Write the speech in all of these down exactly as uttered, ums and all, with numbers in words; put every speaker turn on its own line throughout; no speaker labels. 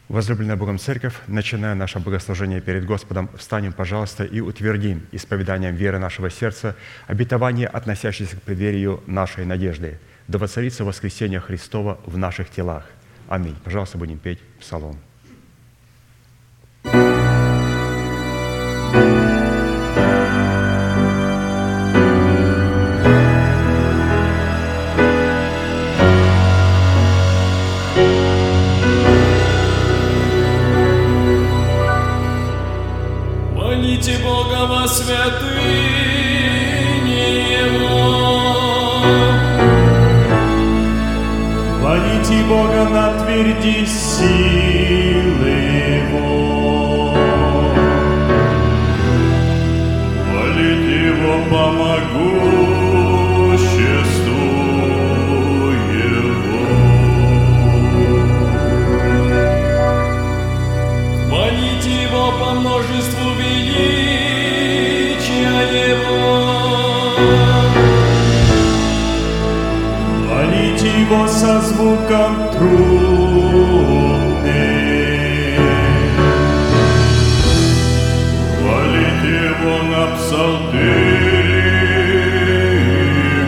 Возлюбленная Богом Церковь, начиная наше богослужение перед Господом, встанем, пожалуйста, и утвердим исповеданием веры нашего сердца обетование, относящееся к преддверию нашей надежды. Да воцарится воскресение Христова в наших телах. Аминь. Пожалуйста, будем петь псалом.
Хвалите Бога во святыне Его.
Хвалите Бога на тверди силы Его. Хвалите Его по могуществу Его.
Хвалите Его по множеству величия Его.
Хвалите Его со звуком трубы. Хвалите Его на псалтыре и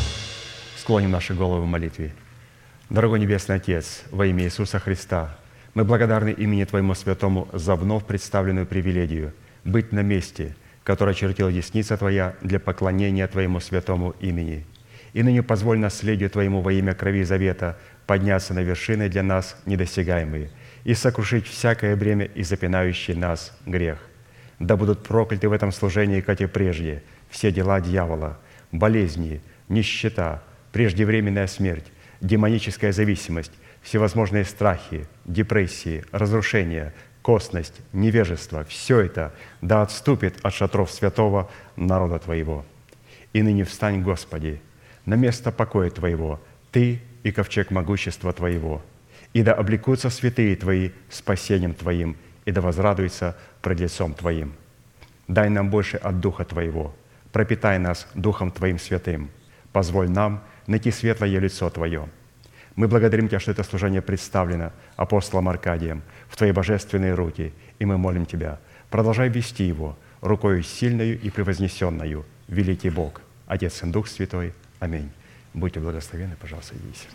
Склоним наши головы в молитве. Дорогой Небесный Отец, во имя Иисуса Христа, Мы благодарны имени Твоему Святому за вновь представленную привилегию быть на месте, которое очертила десница Твоя для поклонения Твоему святому имени. И ныне позволь наследию Твоему во имя крови завета подняться на вершины для нас недосягаемые и сокрушить всякое бремя и запинающий нас грех. Да будут прокляты в этом служении, как и прежде, все дела дьявола, болезни, нищета, преждевременная смерть, демоническая зависимость, всевозможные страхи, депрессии, разрушения, косность, невежество – все это да отступит от шатров святого народа Твоего. И ныне встань, Господи, на место покоя Твоего, Ты и ковчег могущества Твоего, и да облекутся святые Твои спасением Твоим, и да возрадуются пред лицом Твоим. Дай нам больше от Духа Твоего, пропитай нас Духом Твоим святым, позволь нам найти светлое лицо Твое. Мы благодарим Тебя, что это служение представлено апостолом Аркадием в Твои божественные руки, и мы молим Тебя, продолжай вести его рукою сильною и превознесенною, великий Бог, Отец и Дух Святой. Аминь. Будьте благословенны, пожалуйста, садитесь.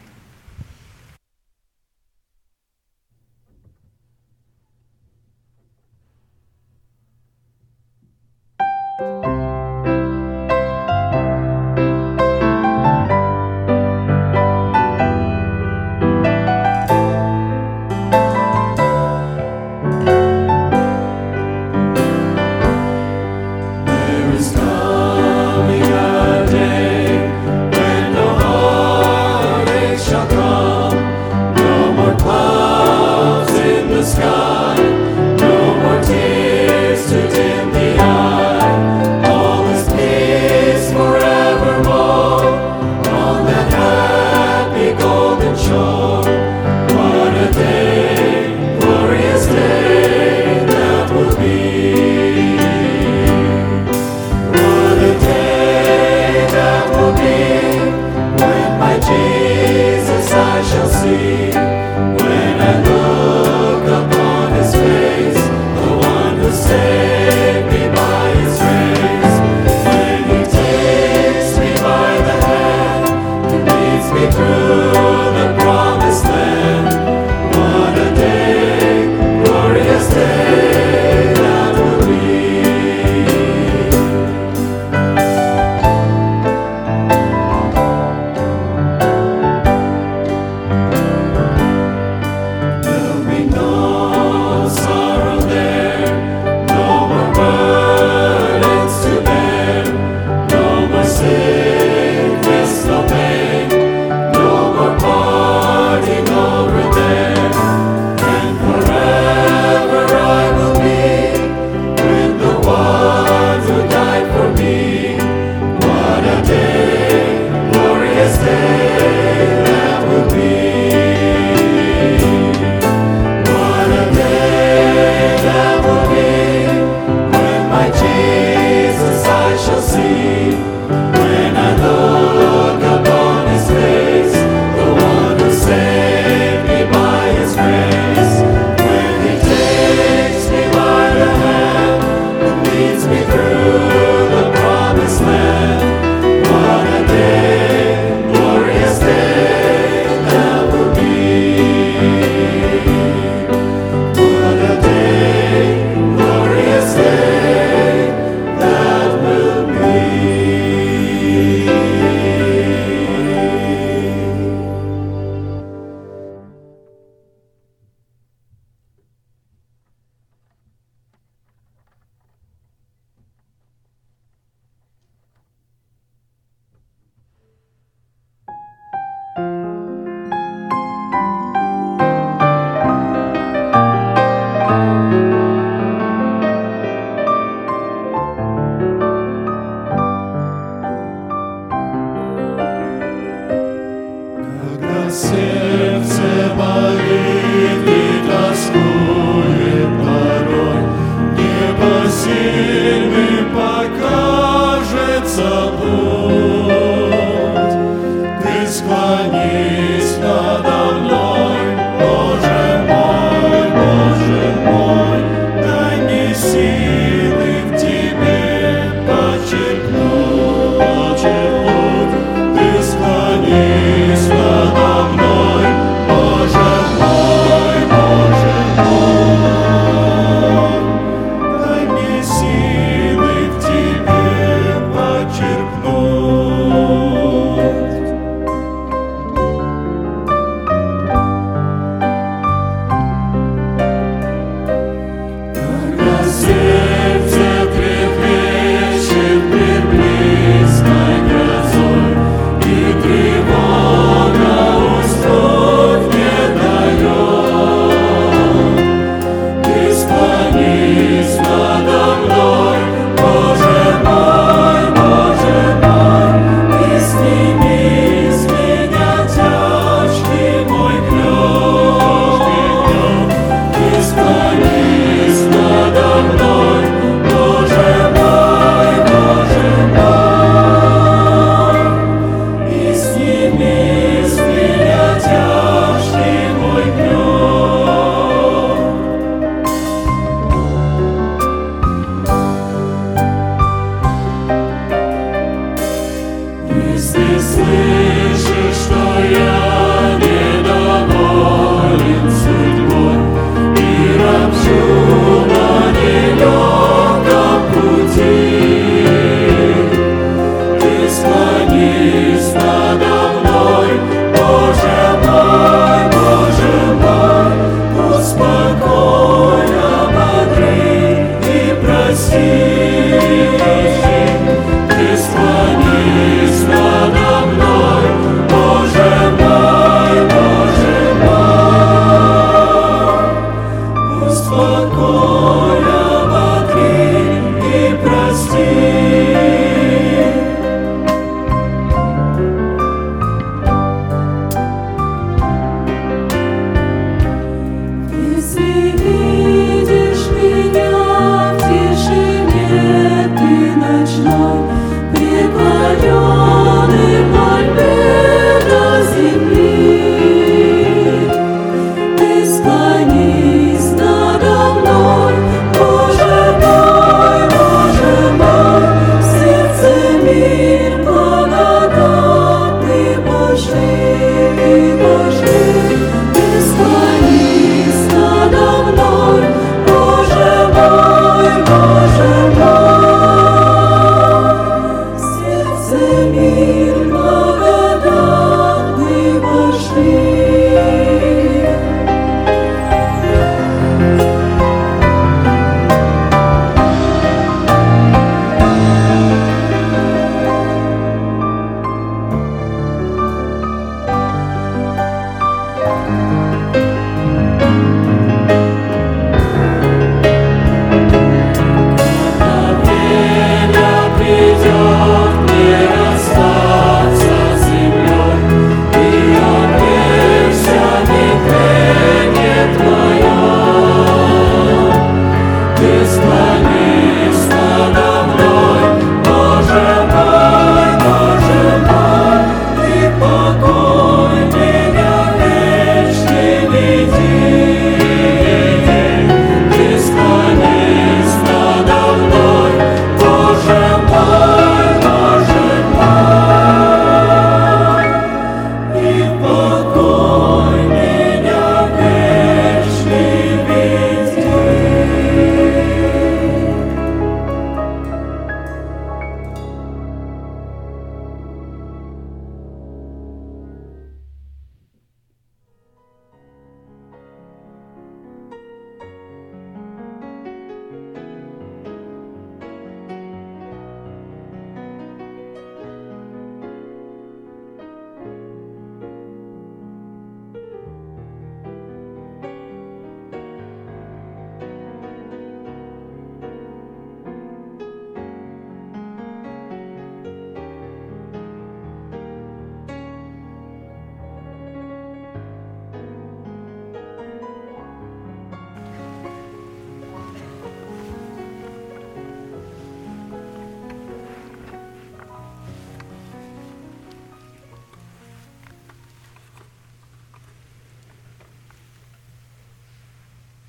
Склонись надо мной, Боже мой, Боже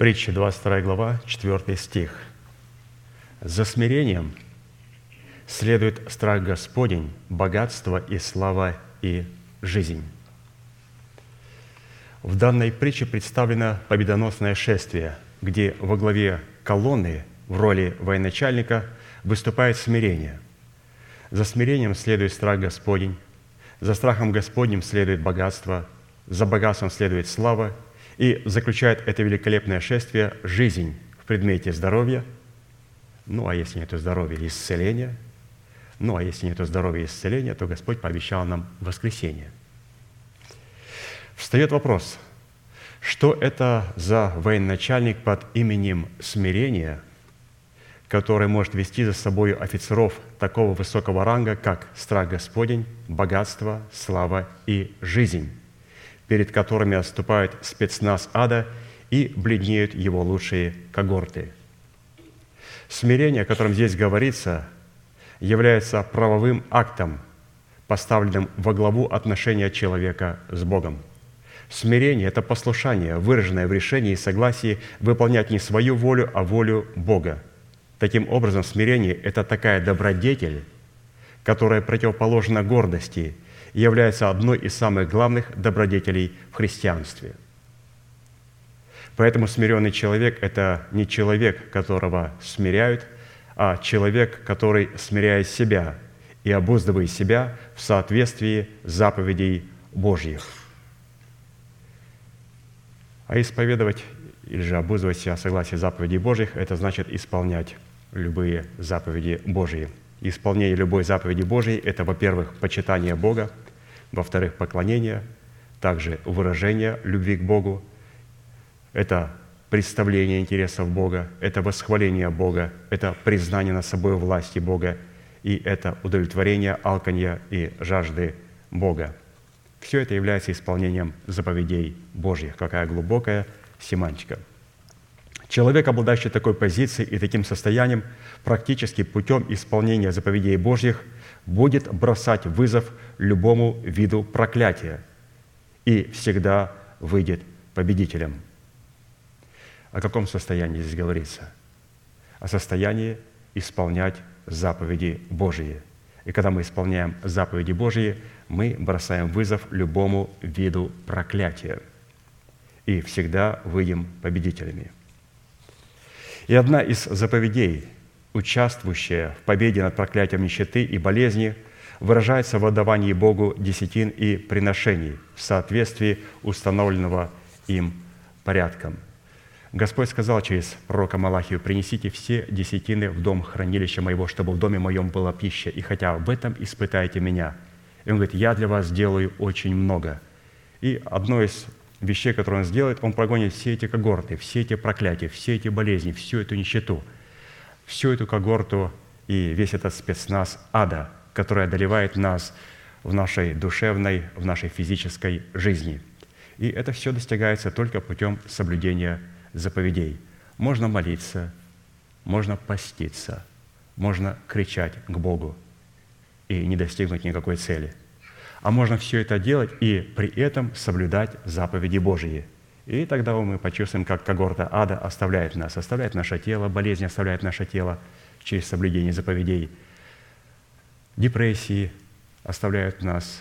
Притча, двадцать вторая глава, четвёртый стих. «За смирением следует страх Господень, богатство и слава и жизнь». В данной притче представлено победоносное шествие, где во главе колонны в роли военачальника выступает смирение. За смирением следует страх Господень, за страхом Господним следует богатство, за богатством следует слава, и заключает это великолепное шествие жизнь в предмете здоровья, ну а если нет здоровья, исцеления, ну а если нет здоровья и исцеления, то Господь пообещал нам воскресение. Встает вопрос, что это за военачальник под именем смирения, который может вести за собой офицеров такого высокого ранга, как страх Господень, богатство, слава и жизнь, перед которыми отступает спецназ ада и бледнеют его лучшие когорты. Смирение, о котором здесь говорится, является правовым актом, поставленным во главу отношения человека с Богом. Смирение – это послушание, выраженное в решении и согласии выполнять не свою волю, а волю Бога. Таким образом, смирение – это такая добродетель, которая противоположна гордости и является одной из самых главных добродетелей в христианстве. Поэтому смиренный человек – это не человек, которого смиряют, а человек, который смиряет себя и обуздывает себя в соответствии заповедей Божьих. А исповедовать или же обуздывать себя в согласии заповедей Божьих – это значит исполнять любые заповеди Божьи. Исполнение любой заповеди Божьей – это, во-первых, почитание Бога, во-вторых, поклонение, также выражение любви к Богу, это представление интересов Бога, это восхваление Бога, это признание над собой власти Бога, и это удовлетворение алканья и жажды Бога. Все это является исполнением заповедей Божьих. Какая глубокая семантика. Человек, обладающий такой позицией и таким состоянием, практически путем исполнения заповедей Божьих будет бросать вызов любому виду проклятия и всегда выйдет победителем. О каком состоянии здесь говорится? О состоянии исполнять заповеди Божьи. И когда мы исполняем заповеди Божьи, мы бросаем вызов любому виду проклятия и всегда выйдем победителями. И одна из заповедей, участвующая в победе над проклятием нищеты и болезни, выражается в отдавании Богу десятин и приношений в соответствии установленного им порядком. Господь сказал через пророка Малахию: «Принесите все десятины в дом хранилища моего, чтобы в доме моем была пища, и хотя в этом испытайте меня». И Он говорит: «Я для вас сделаю очень много». И одно из вещей, которые Он сделает, Он прогонит все эти когорты, все эти проклятия, все эти болезни, всю эту нищету, всю эту когорту и весь этот спецназ ада, который одолевает нас в нашей душевной, в нашей физической жизни. И это все достигается только путем соблюдения заповедей. Можно молиться, можно поститься, можно кричать к Богу и не достигнуть никакой цели. А можно все это делать и при этом соблюдать заповеди Божьи. И тогда мы почувствуем, как когорта ада оставляет нас, оставляет наше тело, болезнь оставляет наше тело через соблюдение заповедей. Депрессии оставляют нас,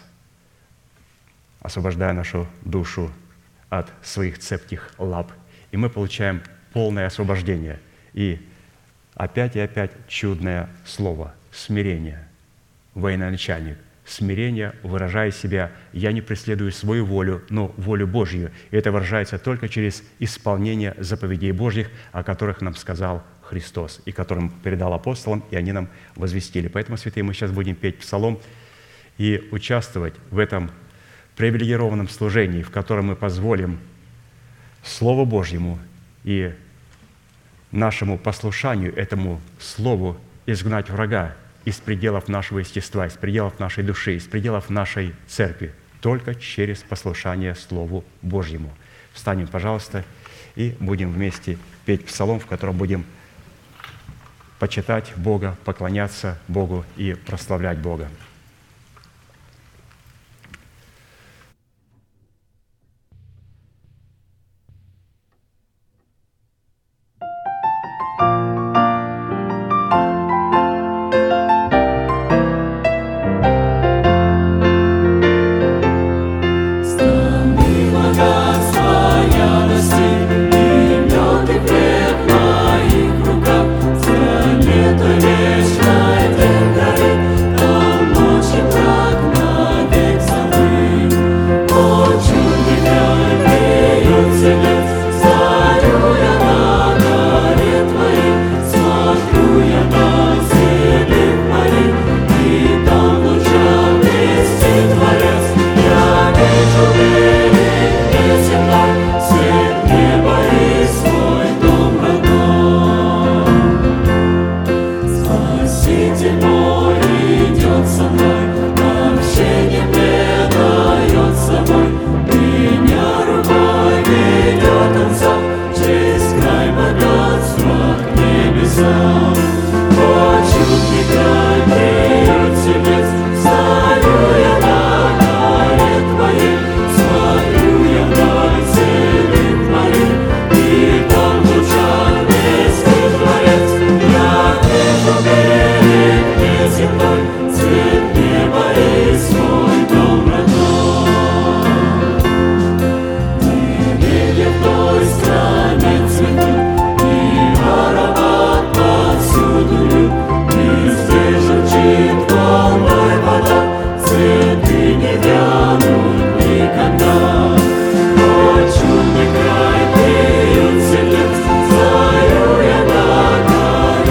освобождая нашу душу от своих цепких лап. И мы получаем полное освобождение. И опять и опять чудное слово – смирение. Военачальник. Смирение, выражая себя, я не преследую свою волю, но волю Божью. И это выражается только через исполнение заповедей Божьих, о которых нам сказал Христос, и которым передал апостолам, и они нам возвестили. Поэтому, святые, мы сейчас будем петь псалом и участвовать в этом привилегированном служении, в котором мы позволим Слову Божьему и нашему послушанию этому Слову изгнать врага из пределов нашего естества, из пределов нашей души, из пределов нашей церкви, только через послушание Слову Божьему. Встанем, пожалуйста, и будем вместе петь псалом, в котором будем почитать Бога, поклоняться Богу и прославлять Бога.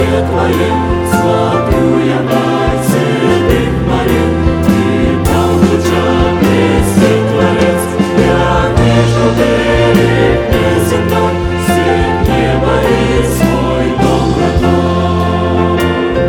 горе Твое, смотрю я на седых морей, и там в лучах блестит Творец. Я вижу берег неземной, свет неба и свой дом родной.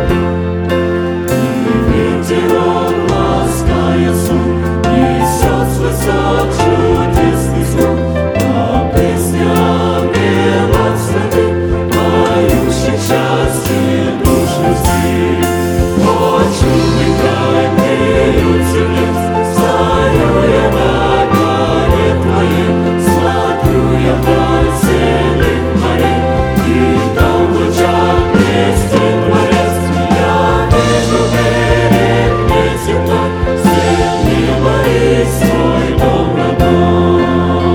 И ветерок, лаская сум, несет с высот чудесный звук, а песнями родственных, поющих счастье душ людей. О, чудный край, приют сердец, стою я на горе Твоей, смотрю я вдаль седых морей, и там в лучах блестит Творец. Я вижу берег неземной, свет неба и свой дом родной.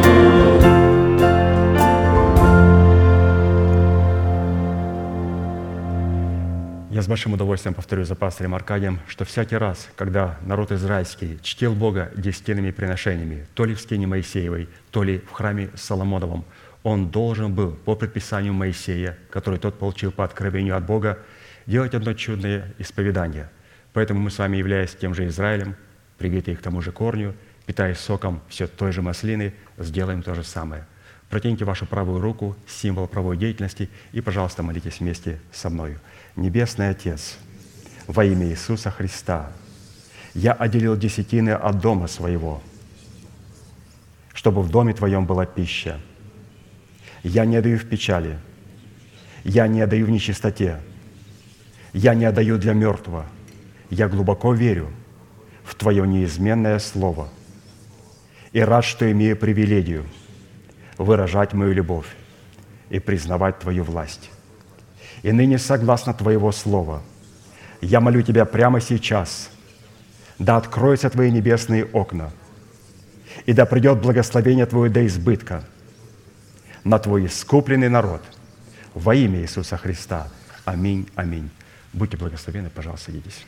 Я с большим удовольствием повторю за пастырем Аркадием, что всякий раз, когда народ израильский чтил Бога десятинными приношениями, то ли в скине Моисеевой, то ли в храме Соломоновом, он должен был по предписанию Моисея, который тот получил по откровению от Бога, делать одно чудное исповедание. Поэтому мы с вами, являясь тем же Израилем, привитые к тому же корню, питаясь соком все той же маслины, сделаем то же самое. Протяните вашу правую руку, символ правой деятельности, и, пожалуйста, молитесь вместе со мною. Небесный Отец, во имя Иисуса Христа, я отделил десятины от дома своего, чтобы в доме Твоем была пища. Я не отдаю в печали, я не отдаю в нечистоте, я не отдаю для мертвого. Я глубоко верю в Твое неизменное Слово и рад, что имею привилегию выражать мою любовь и признавать Твою власть. И ныне, согласно Твоего Слова, я молю Тебя прямо сейчас, да откроются Твои небесные окна, и да придет благословение Твое до избытка на Твой искупленный народ во имя Иисуса Христа. Аминь, аминь. Будьте благословенны, пожалуйста, садитесь.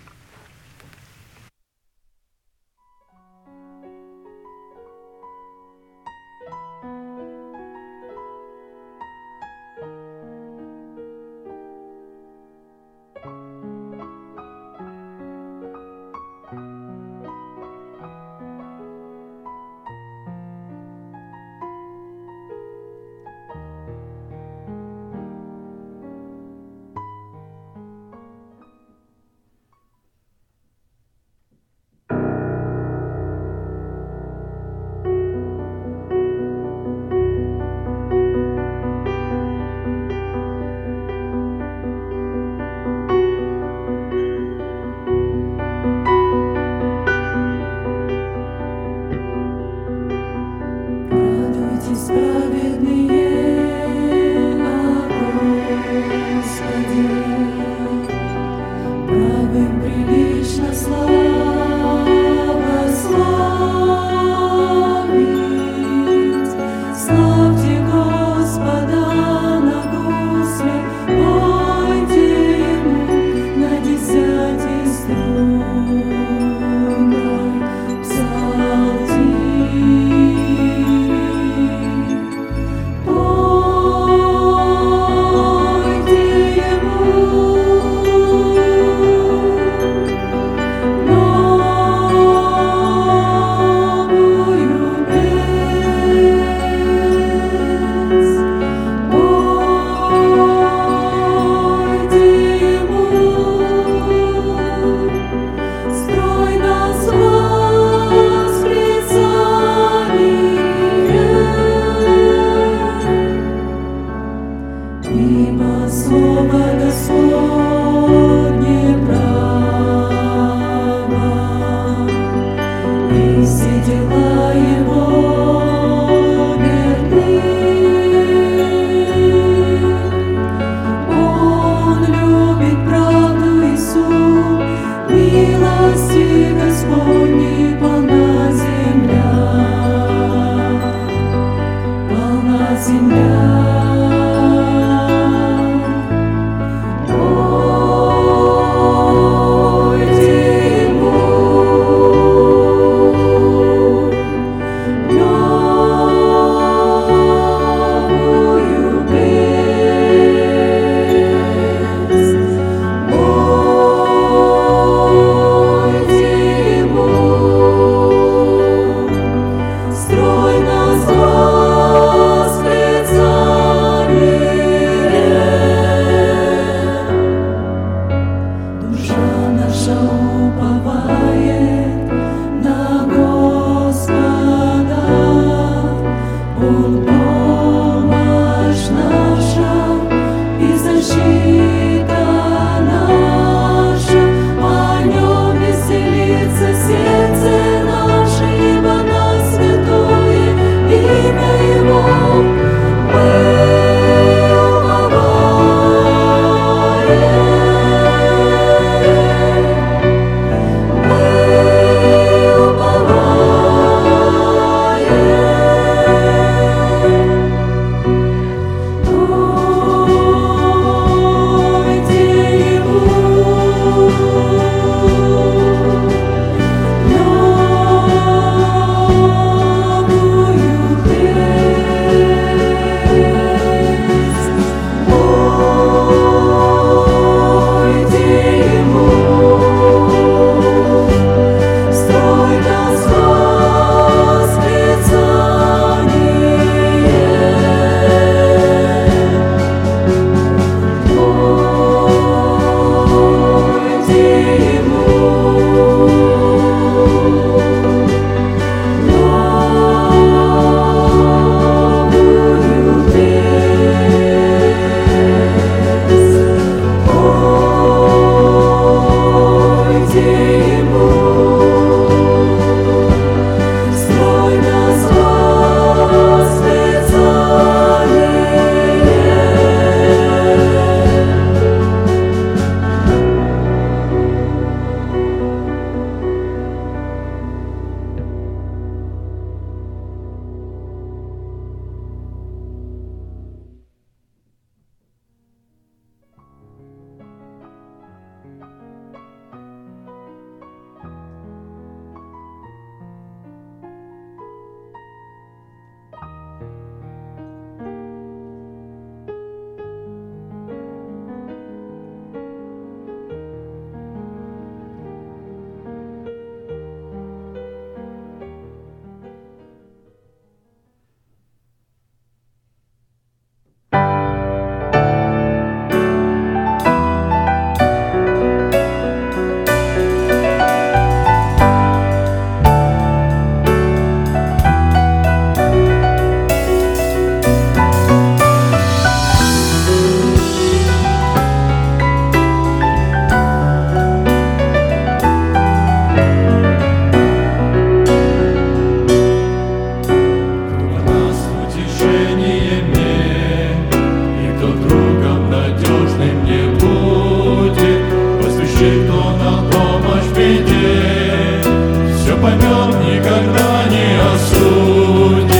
Помощник, кто на помощь в беде, все поймет, никогда не осудит.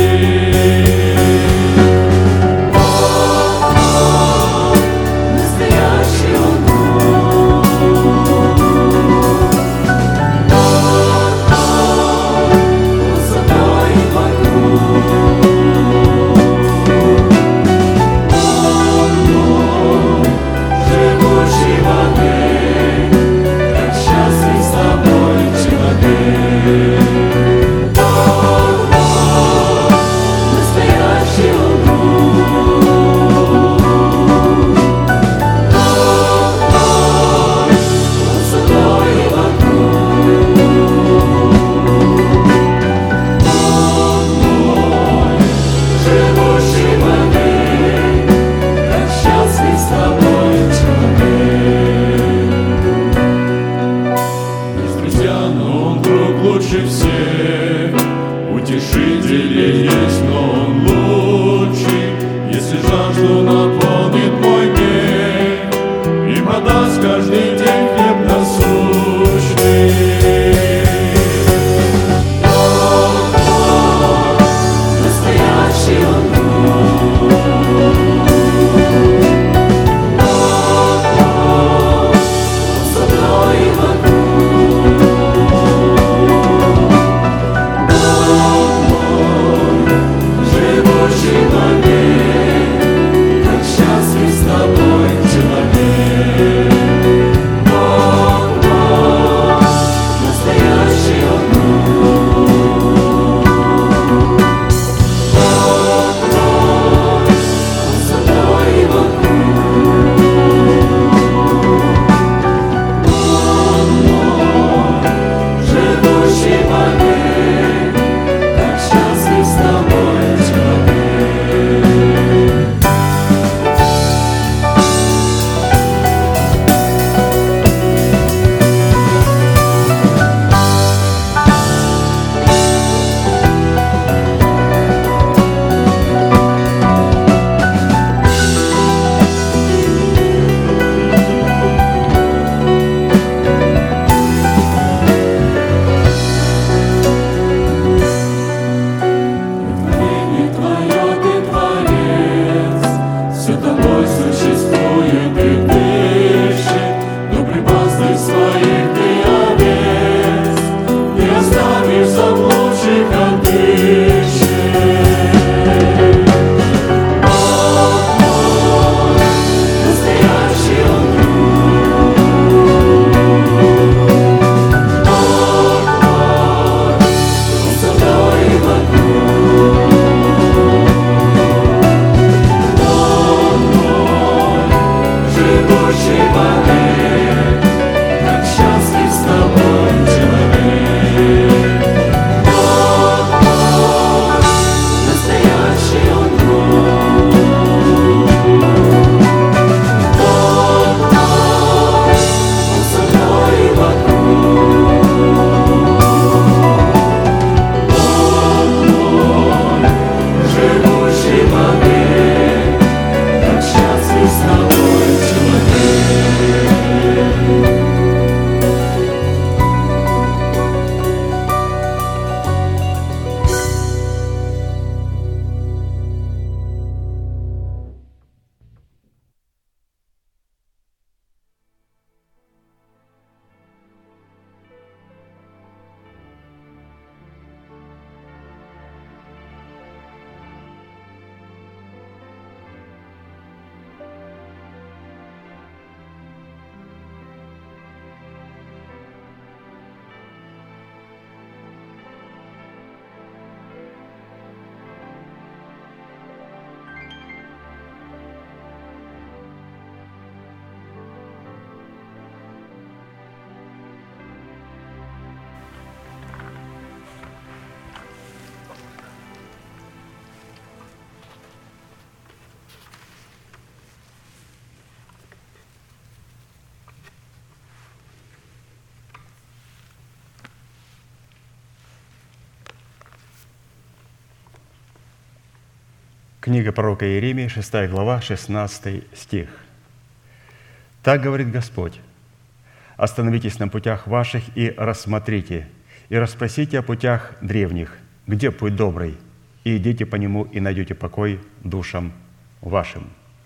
Настоящий Он Бог, Он со мной и вокруг. Он мой, живущий вовек, как счастлив с тобой человек. Он мой, настоящий Он Бог.
Лучше всех, утешителей есть, но Он лучший. Если жажду наполнит мой мир и подаст каждый день хлеб насущный.
Он мой, настоящий Он Бог. Он мой, Он со мной и вокруг.
Книга пророка Иеремии, шестая глава, шестнадцатый стих. «Так говорит Господь: Остановитесь на путях ваших и рассмотрите, и расспросите о путях древних, где путь добрый, и идите по нему, и найдете покой душам вашим».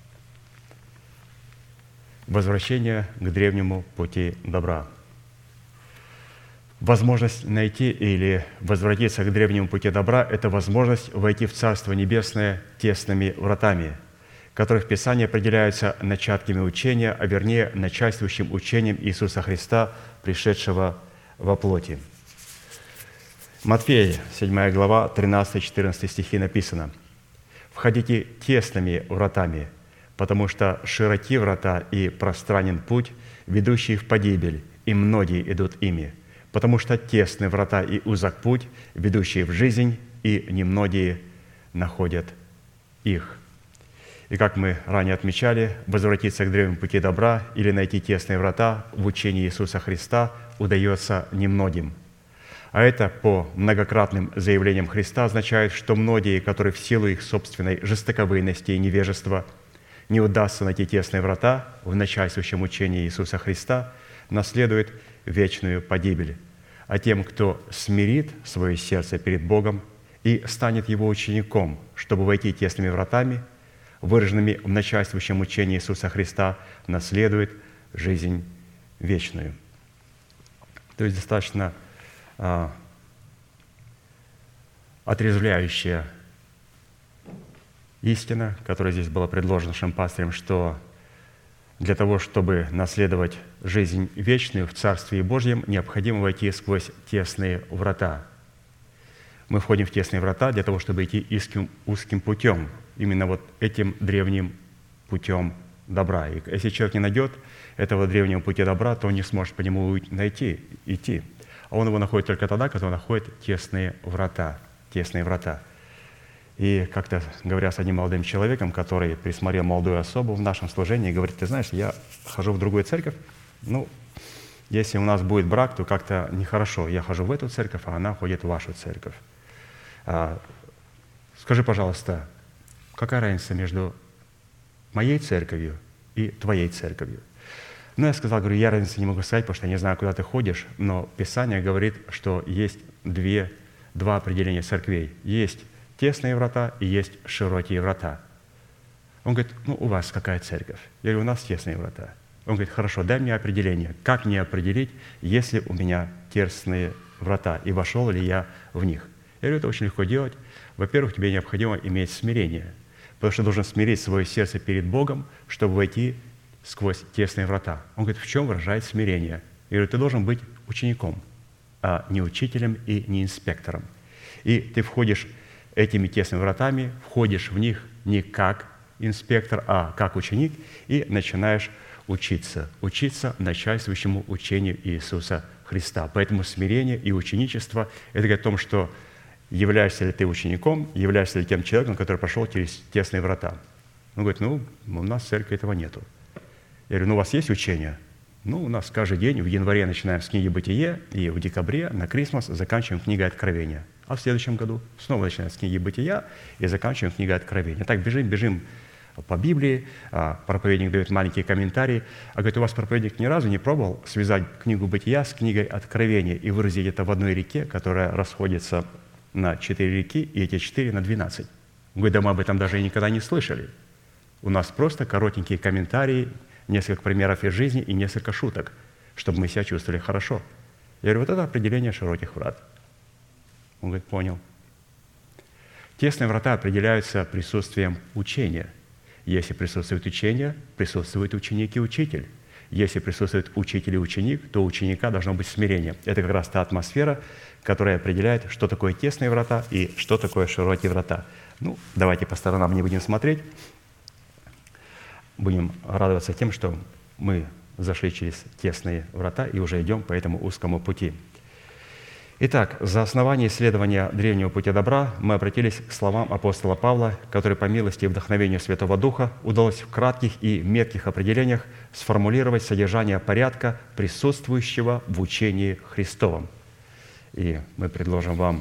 Возвращение к древнему пути добра. Возможность найти или возвратиться к древнему пути добра – это возможность войти в Царство Небесное тесными вратами, которые в Писании определяются начатками учения, а вернее начальствующим учением Иисуса Христа, пришедшего во плоти. Матфея, седьмая глава, тринадцатый-четырнадцатый стихи написано: «Входите тесными вратами, потому что широки врата и пространен путь, ведущий в погибель, и многие идут ими, потому что тесны врата и узок путь, ведущий в жизнь, и немногие находят их». И как мы ранее отмечали, возвратиться к древнему пути добра или найти тесные врата в учении Иисуса Христа удается немногим. А это по многократным заявлениям Христа означает, что многие, которые в силу их собственной жестоковыйности и невежества не удастся найти тесные врата в начальствующем учении Иисуса Христа, наследуют вечную погибель. А тем, кто смирит свое сердце перед Богом и станет Его учеником, чтобы войти тесными вратами, выраженными в начальствующем учении Иисуса Христа, наследует жизнь вечную. То есть достаточно а, отрезвляющая истина, которая здесь была предложена нашим пастырем, что для того, чтобы наследовать жизнь вечную в Царстве Божьем, необходимо войти сквозь тесные врата. Мы входим в тесные врата для того, чтобы идти узким, узким путем, именно вот этим древним путем добра. И если человек не найдет этого древнего пути добра, то он не сможет по нему найти, идти. А он его находит только тогда, когда он находит тесные врата. Тесные врата. И как-то говоря с одним молодым человеком, который присмотрел молодую особу в нашем служении, говорит: ты знаешь, я хожу в другую церковь, ну, если у нас будет брак, то как-то нехорошо. Я хожу в эту церковь, а она ходит в вашу церковь. А, скажи, пожалуйста, какая разница между моей церковью и твоей церковью? Ну, я сказал, говорю, я разницы не могу сказать, потому что я не знаю, куда ты ходишь, но Писание говорит, что есть две, два определения церквей. Есть тесные врата и есть широкие врата. Он говорит: ну, у вас какая церковь? Я говорю: у нас тесные врата. Он говорит: хорошо, дай мне определение. Как мне определить, если у меня тесные врата, и вошел ли я в них? Я говорю: это очень легко делать. Во-первых, тебе необходимо иметь смирение, потому что ты должен смирить свое сердце перед Богом, чтобы войти сквозь тесные врата. Он говорит: в чем выражает смирение? Я говорю: ты должен быть учеником, а не учителем и не инспектором. И ты входишь этими тесными вратами, входишь в них не как инспектор, а как ученик, и начинаешь учиться, учиться начальствующему учению Иисуса Христа. Поэтому смирение и ученичество – это говорит о том, что являешься ли ты учеником, являешься ли тем человеком, который прошел через тесные врата. Он говорит: ну, у нас в церкви этого нету. Я говорю: ну, у вас есть учение? Ну, у нас каждый день, в январе начинаем с книги «Бытие», и в декабре на Крисмас заканчиваем книгой «Откровения». А в следующем году снова начинаем с книги «Бытия» и заканчиваем книгой «Откровения». Так бежим, бежим по Библии, проповедник дает маленькие комментарии, а говорит: у вас проповедник ни разу не пробовал связать книгу «Бытия» с книгой «Откровения» и выразить это в одной реке, которая расходится на четыре реки, и эти четыре на двенадцать. Он говорит: да мы об этом даже никогда не слышали. У нас просто коротенькие комментарии, несколько примеров из жизни и несколько шуток, чтобы мы себя чувствовали хорошо. Я говорю: вот это определение широких врат. Он говорит: понял. Тесные врата определяются присутствием учения. Если присутствует учение, присутствует ученик и учитель. Если присутствует учитель и ученик, то у ученика должно быть смирение. Это как раз та атмосфера, которая определяет, что такое тесные врата и что такое широкие врата. Ну, давайте по сторонам не будем смотреть. Будем радоваться тем, что мы зашли через тесные врата и уже идем по этому узкому пути. Итак, за основание исследования древнего пути добра мы обратились к словам апостола Павла, который по милости и вдохновению Святого Духа удалось в кратких и метких определениях сформулировать содержание порядка, присутствующего в учении Христовом. И мы предложим вам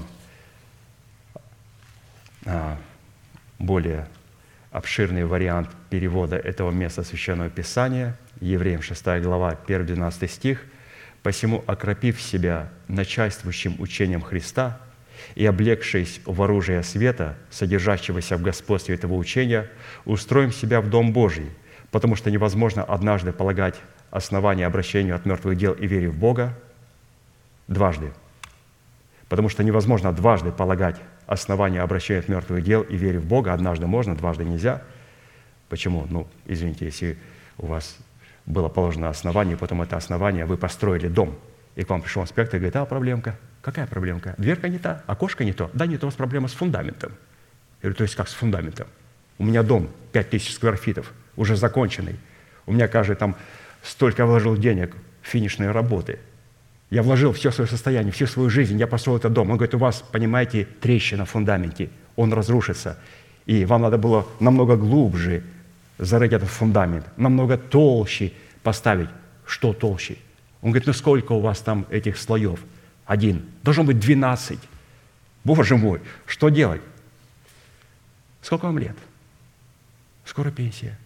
более обширный вариант перевода этого места Священного Писания, Евреям шестая глава, первый-двенадцатый стих – Посему, окропив себя начальствующим учением Христа и облегшись в оружие света, содержащегося в господстве этого учения, устроим себя в Дом Божий, потому что невозможно однажды полагать основание обращению от мертвых дел и вере в Бога дважды. Потому что невозможно дважды полагать основание обращения от мертвых дел и вере в Бога. Однажды можно, дважды нельзя. Почему? Ну, извините, если у вас было положено основание, потом это основание, вы построили дом, и к вам пришел инспектор и говорит: а, проблемка. Какая проблемка? Дверка не та, окошко не то. Да, не то, у вас проблема с фундаментом. Я говорю: то есть как с фундаментом? У меня дом пять тысяч скверфитов, уже законченный. У меня каждый там столько вложил денег в финишные работы. Я вложил все свое состояние, всю свою жизнь, я построил этот дом. Он говорит: у вас, понимаете, трещина в фундаменте, он разрушится. И вам надо было намного глубже зарыть этот фундамент, намного толще поставить. Что толще? Он говорит: ну сколько у вас там этих слоев? Один. Должно быть двенадцать. Боже мой, что делать? Сколько вам лет? Скоро пенсия.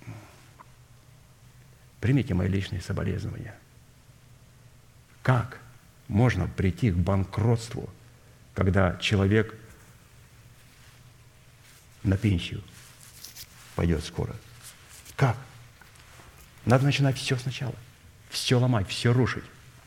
Примите мои личные соболезнования. Как можно прийти к банкротству, когда человек на пенсию пойдет скоро? Как? Надо начинать все сначала. Все ломать, все рушить.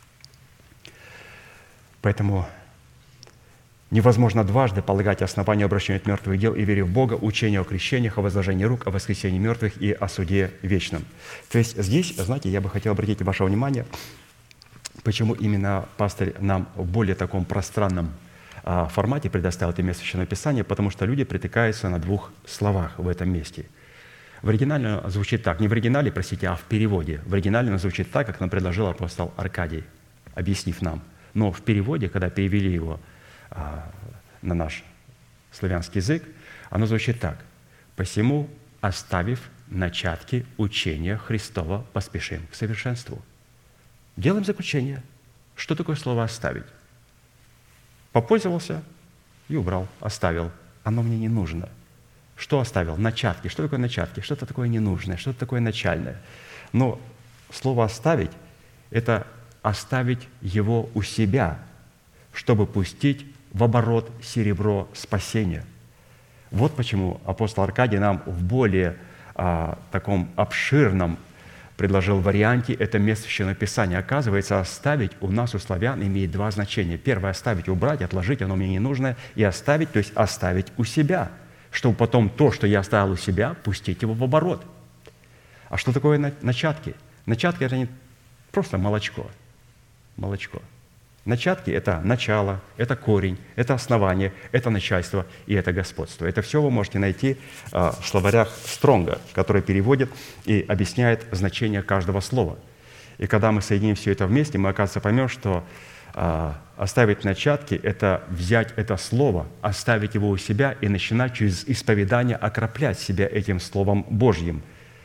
Поэтому невозможно дважды полагать основание обращения от мертвых дел и вере в Бога, учение о крещениях, о возложении рук, о воскресении мертвых и о суде вечном. То есть здесь, знаете, я бы хотел обратить ваше внимание, почему именно пастырь нам в более таком пространном а, формате предоставил это место Священного Писания, потому что люди притыкаются на двух словах в этом месте. В оригинале оно звучит так, не в оригинале, простите, а в переводе. В оригинале оно звучит так, как нам предложил апостол Аркадий, объяснив нам. Но в переводе, когда перевели его а, на наш славянский язык, оно звучит так. «Посему, оставив начатки учения Христова, поспешим к совершенству». Делаем заключение. Что такое слово «оставить»? Попользовался и убрал, оставил. Оно мне не нужно. Что оставил? Начатки. Что такое начатки? Что-то такое ненужное, что-то такое начальное. Но слово «оставить» — это оставить его у себя, чтобы пустить в оборот серебро спасения. Вот почему апостол Аркадий нам в более а, таком обширном предложил варианте это место Священного Писания. Оказывается, оставить у нас, у славян, имеет два значения. Первое — оставить, убрать, отложить, оно мне не нужно. И оставить, то есть оставить у себя, чтобы потом то, что я оставил у себя, пустить его в оборот. А что такое начатки? Начатки — это не просто молочко. Молочко. Начатки — это начало, это корень, это основание, это начальство и это господство. Это все вы можете найти в словарях Стронга, который переводит и объясняет значение каждого слова. И когда мы соединим все это вместе, мы, оказывается, поймем, что оставить начатки — это взять это слово, оставить его у себя и начинать через исповедание окроплять себя этим Словом Божьим.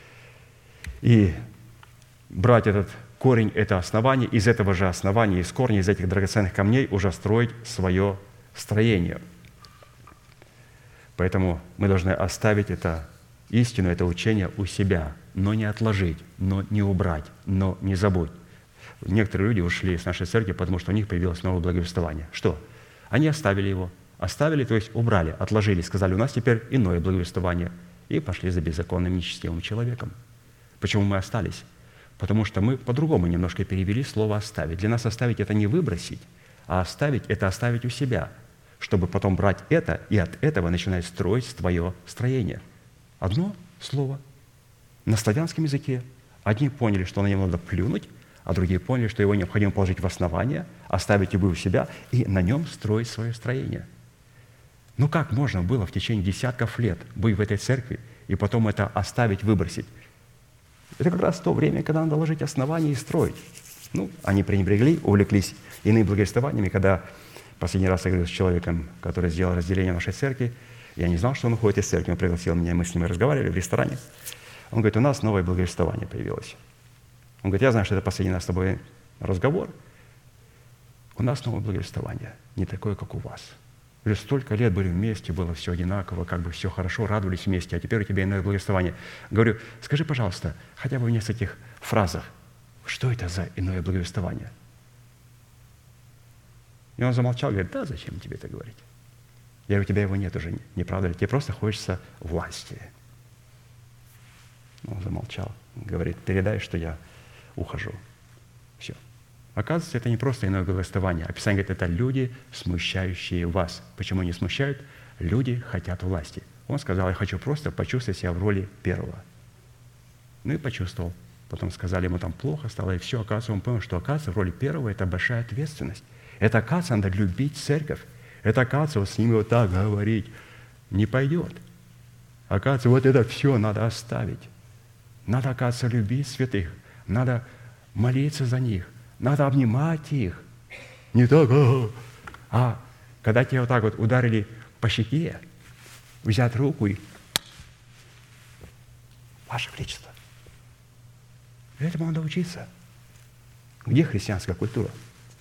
И брать этот корень — это основание, из этого же основания, из корня, из этих драгоценных камней уже строить свое строение. Поэтому мы должны оставить это истину, это учение у себя, но не отложить, но не убрать, но не забудь. Некоторые люди ушли с нашей церкви, потому что у них появилось новое благовествование. Что? Они оставили его. Оставили, то есть убрали, отложили, сказали: у нас теперь иное благовествование. И пошли за беззаконным, нечестивым человеком. Почему мы остались? Потому что мы по-другому немножко перевели слово «оставить». Для нас оставить — это не выбросить, а оставить — это оставить у себя, чтобы потом брать это и от этого начинать строить свое строение. Одно слово на славянском языке. Одни поняли, что на него надо плюнуть, а другие поняли, что его необходимо положить в основание, оставить его у себя и на нем строить свое строение. Ну как можно было в течение десятков лет быть в этой церкви и потом это оставить, выбросить? Это как раз то время, когда надо ложить основания и строить. Ну, они пренебрегли, увлеклись иными благовествованиями. Когда последний раз я говорил с человеком, который сделал разделение нашей церкви, я не знал, что он уходит из церкви, он пригласил меня, мы с ним разговаривали в ресторане. Он говорит: у нас новое благовествование появилось. Он говорит: я знаю, что это последний раз с тобой разговор. У нас новое благовествование, не такое, как у вас. Уже столько лет были вместе, было все одинаково, как бы все хорошо, радовались вместе, а теперь у тебя иное благовествование. Говорю: скажи, пожалуйста, хотя бы в нескольких фразах, что это за иное благовествование? И он замолчал, говорит: да, зачем тебе это говорить? Я говорю: у тебя его нет уже, не правда ли? Тебе просто хочется власти. Он замолчал, говорит: передай, что я ухожу. Все. Оказывается, это не просто иное голосование. Описание говорит: это люди, смущающие вас. Почему не смущают? Люди хотят власти. Он сказал: я хочу просто почувствовать себя в роли первого. Ну и почувствовал. Потом сказали ему, там плохо стало, и все. Оказывается, он понял, что, оказывается, в роли первого – это большая ответственность. Это, оказывается, надо любить церковь. Это, оказывается, вот с ними вот так говорить не пойдет. Оказывается, вот это все надо оставить. Надо, оказывается, любить святых. Надо молиться за них. Надо обнимать их. Не так, а, а когда тебя вот так вот ударили по щеке, взять руку и: Ваше Величество. Этому надо учиться. Где христианская культура?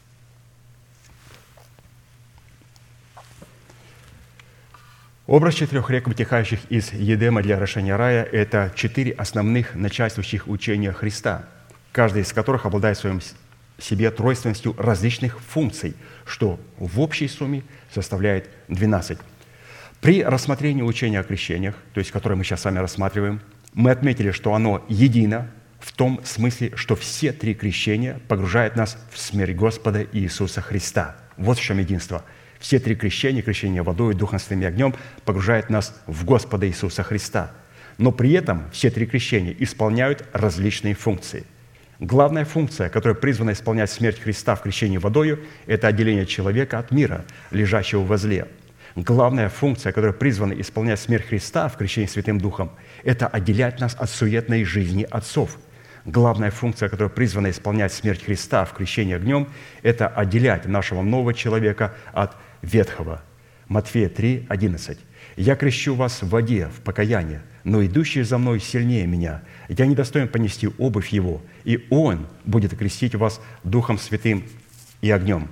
Образ четырех рек, вытекающих из Едема для орошения рая, – это четыре основных начальствующих учения Христа, каждый из которых обладает в своем себе тройственностью различных функций, что в общей сумме составляет двенадцать. При рассмотрении учения о крещениях, то есть которое мы сейчас с вами рассматриваем, мы отметили, что оно едино в том смысле, что все три крещения погружают нас в смерть Господа Иисуса Христа. Вот в чем единство. Все три крещения, крещение водой, Духом Святым и огнем, погружают нас в Господа Иисуса Христа. Но при этом все три крещения исполняют различные функции. Главная функция, которая призвана исполнять смерть Христа в крещении водою, это отделение человека от мира, лежащего во зле. Главная функция, которая призвана исполнять смерть Христа в крещении Святым Духом, это отделять нас от суетной жизни отцов. Главная функция, которая призвана исполнять смерть Христа в крещении огнем, это отделять нашего нового человека от ветхого. Матфея три, одиннадцать. «Я крещу вас в воде, в покаяние, но идущий за мной сильнее меня. Я не достоин понести обувь его, и он будет крестить вас Духом Святым и огнем».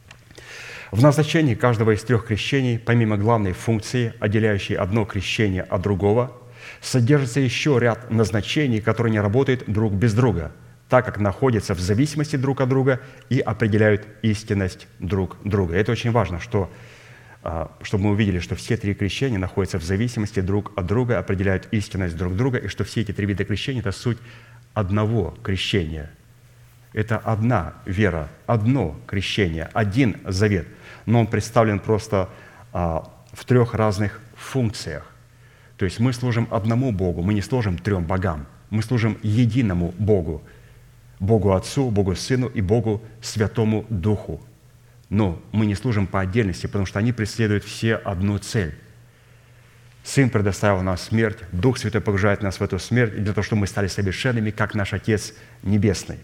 В назначении каждого из трех крещений, помимо главной функции, отделяющей одно крещение от другого, содержится еще ряд назначений, которые не работают друг без друга, так как находятся в зависимости друг от друга и определяют истинность друг друга. Это очень важно, что, чтобы мы увидели, что все три крещения находятся в зависимости друг от друга, определяют истинность друг друга, и что все эти три вида крещения – это суть одного крещения. Это одна вера, одно крещение, один завет, но он представлен просто а, в трех разных функциях. То есть мы служим одному Богу, мы не служим трем богам, мы служим единому Богу, Богу Отцу, Богу Сыну и Богу Святому Духу. Но мы не служим по отдельности, потому что они преследуют все одну цель. Сын предоставил нам смерть, Дух Святой погружает нас в эту смерть для того, чтобы мы стали совершенными, как наш Отец Небесный.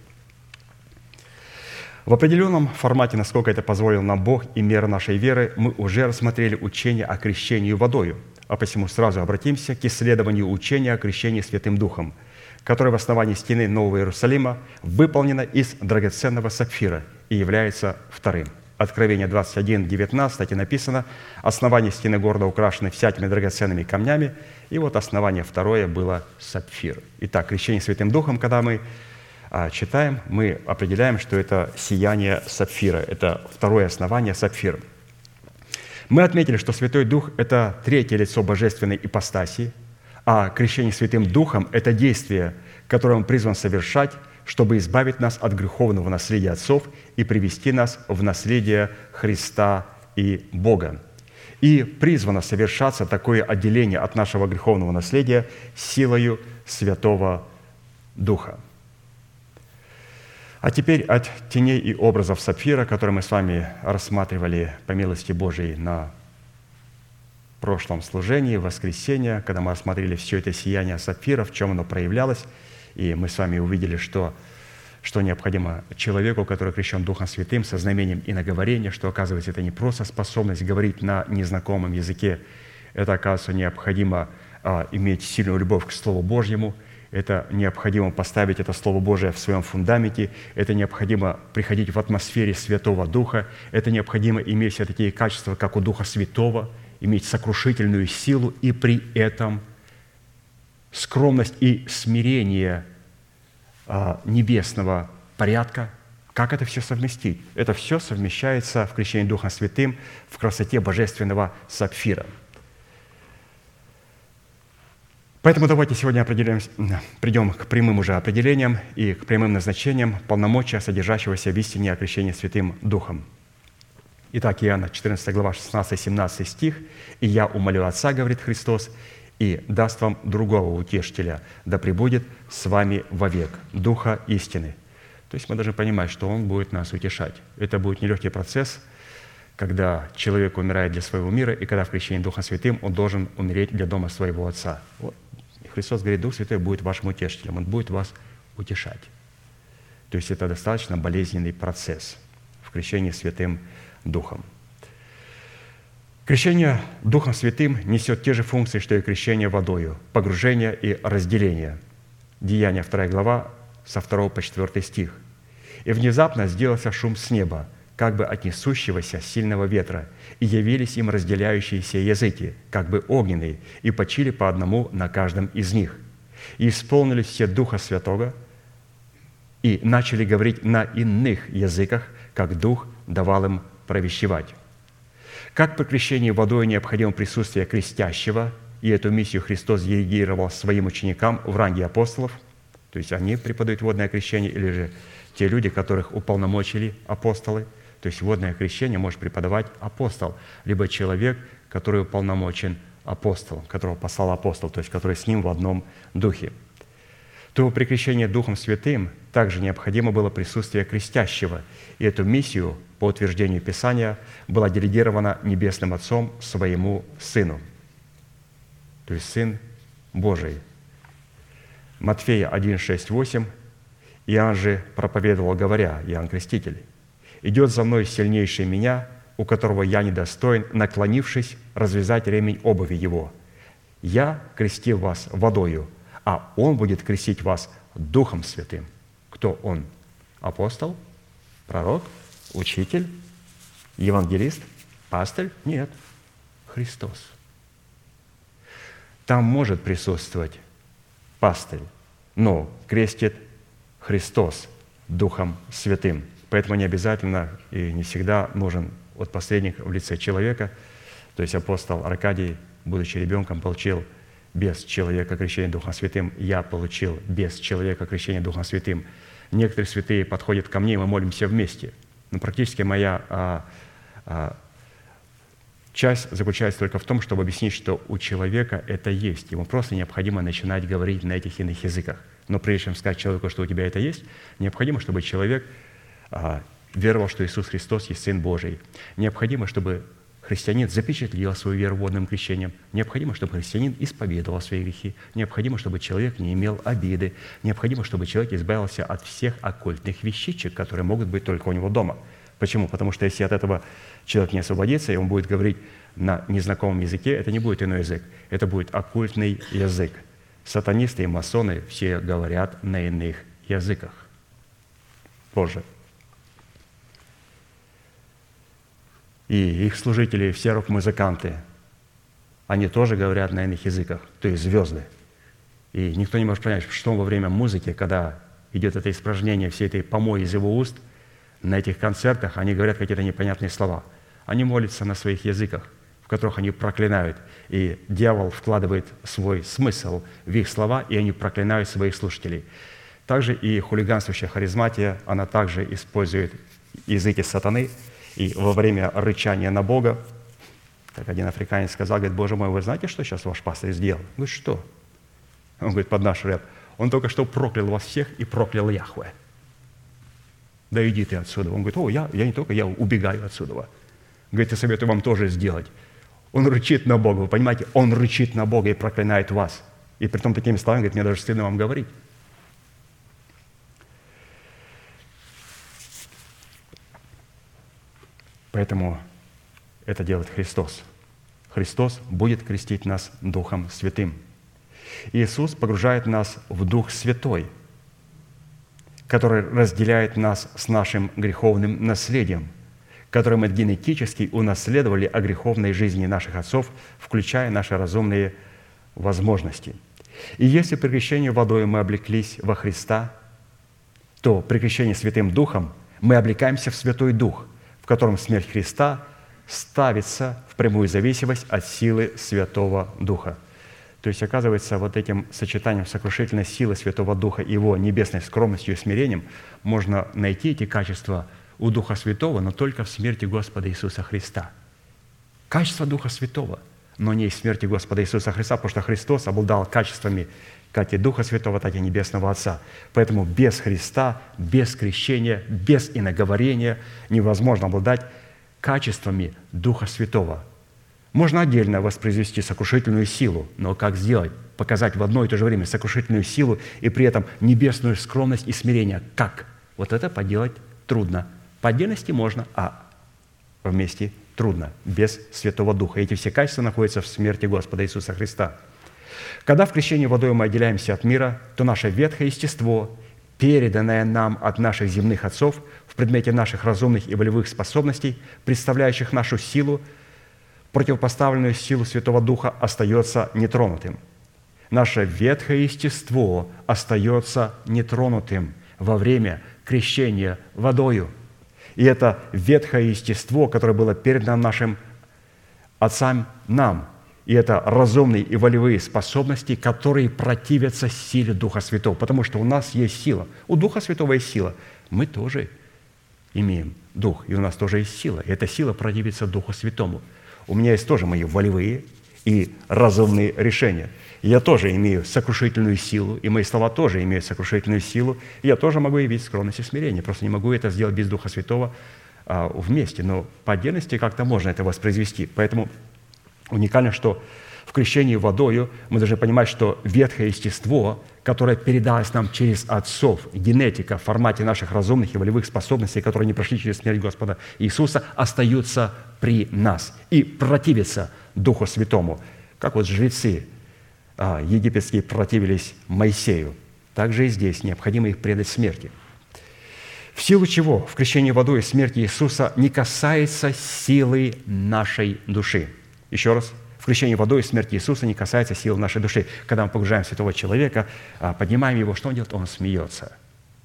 В определенном формате, насколько это позволил нам Бог и мера нашей веры, мы уже рассмотрели учение о крещении водою, а посему сразу обратимся к исследованию учения о крещении Святым Духом, которое в основании стены Нового Иерусалима выполнено из драгоценного сапфира и является вторым. Откровение двадцать один, девятнадцать, кстати, написано: «Основание стены города украшено всякими драгоценными камнями», и вот основание второе было сапфир. Итак, крещение Святым Духом, когда мы читаем, мы определяем, что это сияние сапфира, это второе основание сапфир. Мы отметили, что Святой Дух – это третье лицо божественной ипостаси, а крещение Святым Духом – это действие, которое Он призван совершать, чтобы избавить нас от греховного наследия отцов и привести нас в наследие Христа и Бога. И призвано совершаться такое отделение от нашего греховного наследия силою Святого Духа. А теперь от теней и образов сапфира, которые мы с вами рассматривали по милости Божией на прошлом служении, в воскресенье, когда мы рассмотрели все это сияние сапфира, в чем оно проявлялось, и мы с вами увидели, что, что необходимо человеку, который крещен Духом Святым, со знамением иноговорения, что, оказывается, это не просто способность говорить на незнакомом языке, это, оказывается, необходимо а, иметь сильную любовь к Слову Божьему, это необходимо поставить это Слово Божие в своем фундаменте, это необходимо приходить в атмосфере Святого Духа, это необходимо иметь все такие качества, как у Духа Святого, иметь сокрушительную силу и при этом скромность и смирение а, небесного порядка, Как это все совместить? Это все совмещается в крещении Духом Святым в красоте божественного сапфира. Поэтому давайте сегодня определимся, придем к прямым уже определениям и к прямым назначениям полномочия, содержащегося в истине о крещении Святым Духом. Итак, Иоанна четырнадцатая глава, шестнадцатый-семнадцатый стих. «И я умолю Отца, — говорит Христос, — и даст вам другого утешителя, да пребудет с вами вовек, Духа истины». То есть мы должны понимать, что Он будет нас утешать. Это будет нелегкий процесс, когда человек умирает для своего мира, и когда в крещении Духом Святым он должен умереть для дома своего Отца. Вот. Христос говорит, Дух Святой будет вашим утешителем, Он будет вас утешать. То есть это достаточно болезненный процесс в крещении Святым Духом. Крещение Духом Святым несет те же функции, что и крещение водою, погружение и разделение. Деяния вторая глава, со второго по четвёртый стих. «И внезапно сделался шум с неба, как бы от несущегося сильного ветра, и явились им разделяющиеся языки, как бы огненные, и почили по одному на каждом из них. И исполнились все Духа Святого, и начали говорить на иных языках, как Дух давал им провещевать». Как при крещении водой необходимо присутствие крестящего, и эту миссию Христос делегировал своим ученикам в ранге апостолов, то есть они преподают водное крещение, или же те люди, которых уполномочили апостолы, то есть водное крещение может преподавать апостол, либо человек, который уполномочен апостолом, которого послал апостол, то есть который с ним в одном духе. То при крещении Духом Святым также необходимо было присутствие крестящего, и эту миссию, по утверждению Писания, была делегирована Небесным Отцом своему Сыну, то есть Сын Божий. Матфея один, шесть, восемь. «Иоанн же проповедовал, говоря, Иоанн Креститель, идет за мной сильнейший меня, у которого я недостоин, наклонившись, развязать ремень обуви его. Я крестил вас водою, а он будет крестить вас Духом Святым». Кто он? Апостол? Пророк? Учитель? Евангелист? Пастырь? Нет. Христос. Там может присутствовать пастырь, но крестит Христос Духом Святым. Поэтому не обязательно и не всегда нужен от посредник в лице человека. То есть апостол Аркадий, будучи ребенком, получил без человека крещение Духом Святым. Я получил без человека крещение Духом Святым. Некоторые святые подходят ко мне, и мы молимся вместе. Но практически моя а, а, часть заключается только в том, чтобы объяснить, что у человека это есть. Ему просто необходимо начинать говорить на этих иных языках. Но прежде чем сказать человеку, что у тебя это есть, необходимо, чтобы человек а, веровал, что Иисус Христос есть Сын Божий. Необходимо, чтобы христианин запечатлел свою веру водным крещением. Необходимо, чтобы христианин исповедовал свои грехи. Необходимо, чтобы человек не имел обиды. Необходимо, чтобы человек избавился от всех оккультных вещичек, которые могут быть только у него дома. Почему? Потому что если от этого человек не освободится, и он будет говорить на незнакомом языке, это не будет иной язык, это будет оккультный язык. Сатанисты и масоны все говорят на иных языках. Позже. И их служители, все рок-музыканты, они тоже говорят на иных языках, то есть звезды. И никто не может понять, что во время музыки, когда идет это испражнение всей этой помои из его уст, на этих концертах они говорят какие-то непонятные слова. Они молятся на своих языках, в которых они проклинают. И дьявол вкладывает свой смысл в их слова, и они проклинают своих слушателей. Также и хулиганствующая харизматия, она также использует языки сатаны. И во время рычания на Бога, как один африканец сказал, говорит, Боже мой, вы знаете, что сейчас ваш пастырь сделал? Говорит, что? Он говорит, под наш рэп. Он только что проклял вас всех и проклял Яхве. Да иди ты отсюда. Он говорит, о, я, я не только, я убегаю отсюда. Говорит, я советую вам тоже сделать. Он рычит на Бога, вы понимаете? Он рычит на Бога и проклинает вас. И при том такими словами, говорит, мне даже стыдно вам говорить. Поэтому это делает Христос. Христос будет крестить нас Духом Святым. Иисус погружает нас в Дух Святой, который разделяет нас с нашим греховным наследием, которое мы генетически унаследовали о греховной жизни наших отцов, включая наши разумные возможности. И если при крещении водой мы облеклись во Христа, то при крещении Святым Духом мы облекаемся в Святой Дух, в котором смерть Христа ставится в прямую зависимость от силы Святого Духа. То есть, оказывается, вот этим сочетанием сокрушительной силы Святого Духа и Его небесной скромностью и смирением можно найти эти качества у Духа Святого, но только в смерти Господа Иисуса Христа. Качество Духа Святого, но не в смерти Господа Иисуса Христа, потому что Христос обладал качествами как и Духа Святого, так и Небесного Отца. Поэтому без Христа, без крещения, без иноговорения невозможно обладать качествами Духа Святого. Можно отдельно воспроизвести сокрушительную силу, но как сделать? Показать в одно и то же время сокрушительную силу и при этом небесную скромность и смирение. Как? Вот это поделать трудно. По отдельности можно, а вместе трудно, без Святого Духа. Эти все качества находятся в смерти Господа Иисуса Христа. Когда в крещении водой мы отделяемся от мира, то наше ветхое естество, переданное нам от наших земных отцов в предмете наших разумных и волевых способностей, представляющих нашу силу, противопоставленную силу Святого Духа, остается нетронутым. Наше ветхое естество остается нетронутым во время крещения водою. И это ветхое естество, которое было передано нашим отцам нам, и это разумные и волевые способности, которые противятся силе Духа Святого, потому что у нас есть сила. У Духа Святого есть сила. Мы тоже имеем Дух, и у нас тоже есть сила. И эта сила противится Духу Святому. У меня есть тоже мои волевые и разумные решения. Я тоже имею сокрушительную силу, и мои слова тоже имеют сокрушительную силу. И я тоже могу явить скромность и смирение. Просто не могу это сделать без Духа Святого а, вместе. Но по отдельности как-то можно это воспроизвести. Поэтому уникально, что в крещении водою мы должны понимать, что ветхое естество, которое передалось нам через отцов, генетика в формате наших разумных и волевых способностей, которые не прошли через смерть Господа Иисуса, остаются при нас и противятся Духу Святому. Как вот жрецы а, египетские противились Моисею, так же и здесь необходимо их предать смерти. В силу чего в крещении водой смерти Иисуса не касается силы нашей души. Еще раз. В крещении водой смерти Иисуса не касается сил нашей души. Когда мы погружаем святого человека, поднимаем его, что он делает? Он смеется.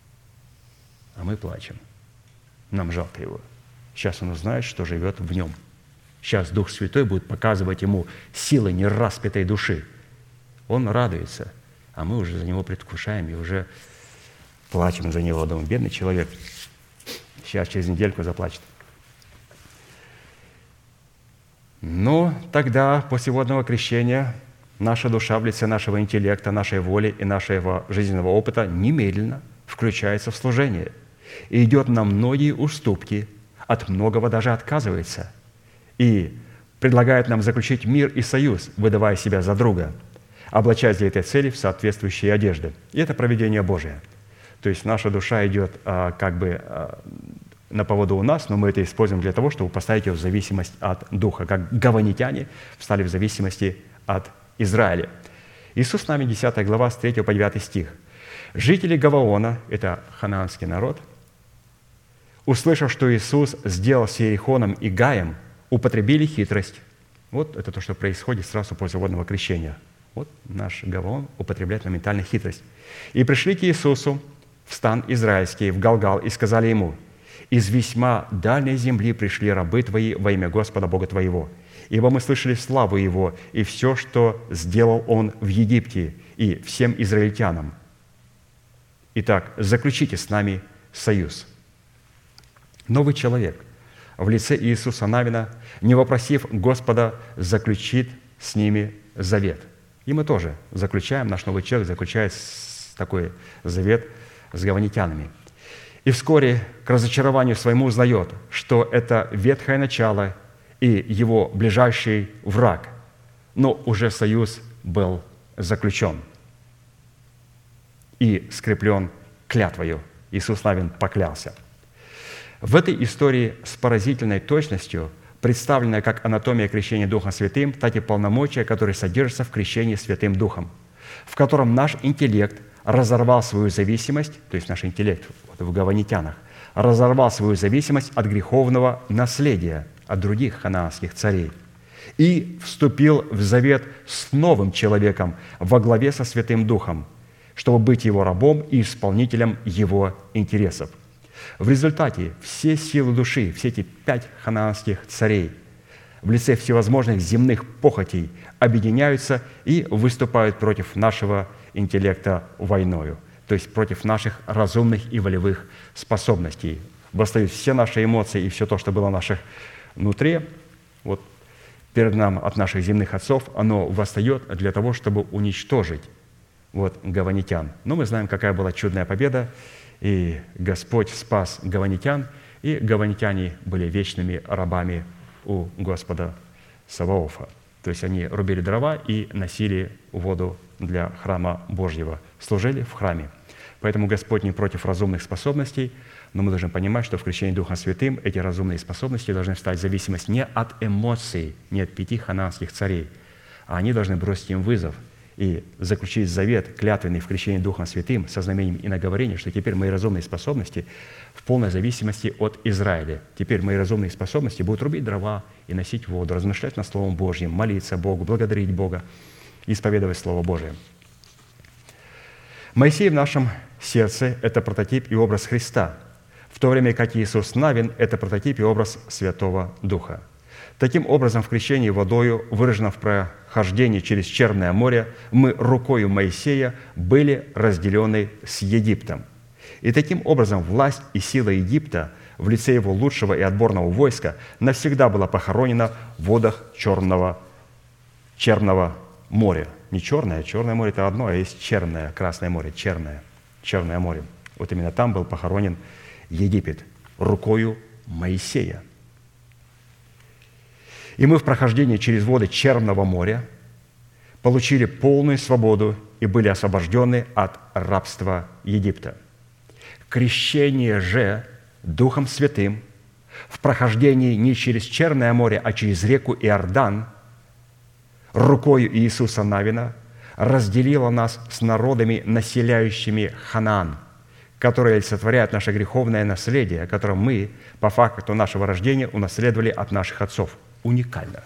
А мы плачем. Нам жалко его. Сейчас он узнает, что живет в нем. Сейчас Дух Святой будет показывать ему силы нераспятой души. Он радуется, а мы уже за него предвкушаем и уже плачем за него. Думаем, бедный человек. Сейчас через недельку заплачет. Но тогда, после водного крещения, наша душа в лице нашего интеллекта, нашей воли и нашего жизненного опыта немедленно включается в служение и идет на многие уступки, от многого даже отказывается и предлагает нам заключить мир и союз, выдавая себя за друга, облачаясь для этой цели в соответствующие одежды. И это провидение Божие. То есть наша душа идет а, как бы а, на поводу у нас, но мы это используем для того, чтобы поставить ее в зависимость от Духа, как гаванитяне встали в зависимости от Израиля. Иисус с нами, десятая глава, с третьего по девятый стих. «Жители Гаваона, это ханаанский народ, услышав, что Иисус сделал с Иерихоном и Гаем, употребили хитрость». Вот это то, что происходит сразу после водного крещения. Вот наш Гаваон употребляет моментально хитрость. «И пришли к Иисусу в стан израильский, в Галгал, и сказали Ему: из весьма дальней земли пришли рабы Твои во имя Господа Бога Твоего. Ибо мы слышали славу Его и все, что сделал Он в Египте и всем израильтянам. Итак, заключите с нами союз». Новый человек в лице Иисуса Навина, не вопросив Господа, заключит с ними завет. И мы тоже заключаем, наш новый человек заключает такой завет с гаванитянами. И вскоре к разочарованию своему узнает, что это ветхое начало и его ближайший враг, но уже союз был заключен и скреплен клятвою. Иисус Навин поклялся. В этой истории с поразительной точностью представленная как анатомия крещения Духом Святым, так и полномочия, которые содержатся в крещении Святым Духом, в котором наш интеллект разорвал свою зависимость, то есть наш интеллект в гаванитянах, разорвал свою зависимость от греховного наследия, от других ханаанских царей, и вступил в завет с новым человеком во главе со Святым Духом, чтобы быть его рабом и исполнителем его интересов. В результате все силы души, все эти пять ханаанских царей в лице всевозможных земных похотей объединяются и выступают против нашего интеллекта войною, то есть против наших разумных и волевых способностей. Восстают все наши эмоции и все то, что было в наших внутри, вот перед нам от наших земных отцов, оно восстает для того, чтобы уничтожить вот, гаванитян. Но мы знаем, какая была чудная победа, и Господь спас гаванитян, и гаванитяне были вечными рабами у Господа Саваофа. То есть они рубили дрова и носили воду для храма Божьего, служили в храме. Поэтому Господь не против разумных способностей, но мы должны понимать, что в крещении Духом Святым эти разумные способности должны встать в зависимость не от эмоций, не от пяти ханаанских царей, а они должны бросить им вызов и заключить завет, клятвенный в крещении Духом Святым, со знамением и наговорением, что теперь мои разумные способности в полной зависимости от Израиля. Теперь мои разумные способности будут рубить дрова и носить воду, размышлять над Словом Божьим, молиться Богу, благодарить Бога, исповедовать Слово Божие. Моисей в нашем сердце – это прототип и образ Христа, в то время как Иисус Навин – это прототип и образ Святого Духа. Таким образом, в крещении водою, выраженном в прохождении через Черное море, мы рукою Моисея были разделены с Египтом. И таким образом власть и сила Египта в лице его лучшего и отборного войска навсегда была похоронена в водах Черного, Черного моря. Не Черное, Черное море – это одно, а есть Черное, Красное море, Черное, Черное море. Вот именно там был похоронен Египет рукою Моисея. И мы в прохождении через воды Черного моря получили полную свободу и были освобождены от рабства Египта. Крещение же Духом Святым в прохождении не через Черное море, а через реку Иордан рукою Иисуса Навина разделило нас с народами, населяющими Ханаан, которые олицетворяют наше греховное наследие, которое мы, по факту нашего рождения, унаследовали от наших отцов. Уникально.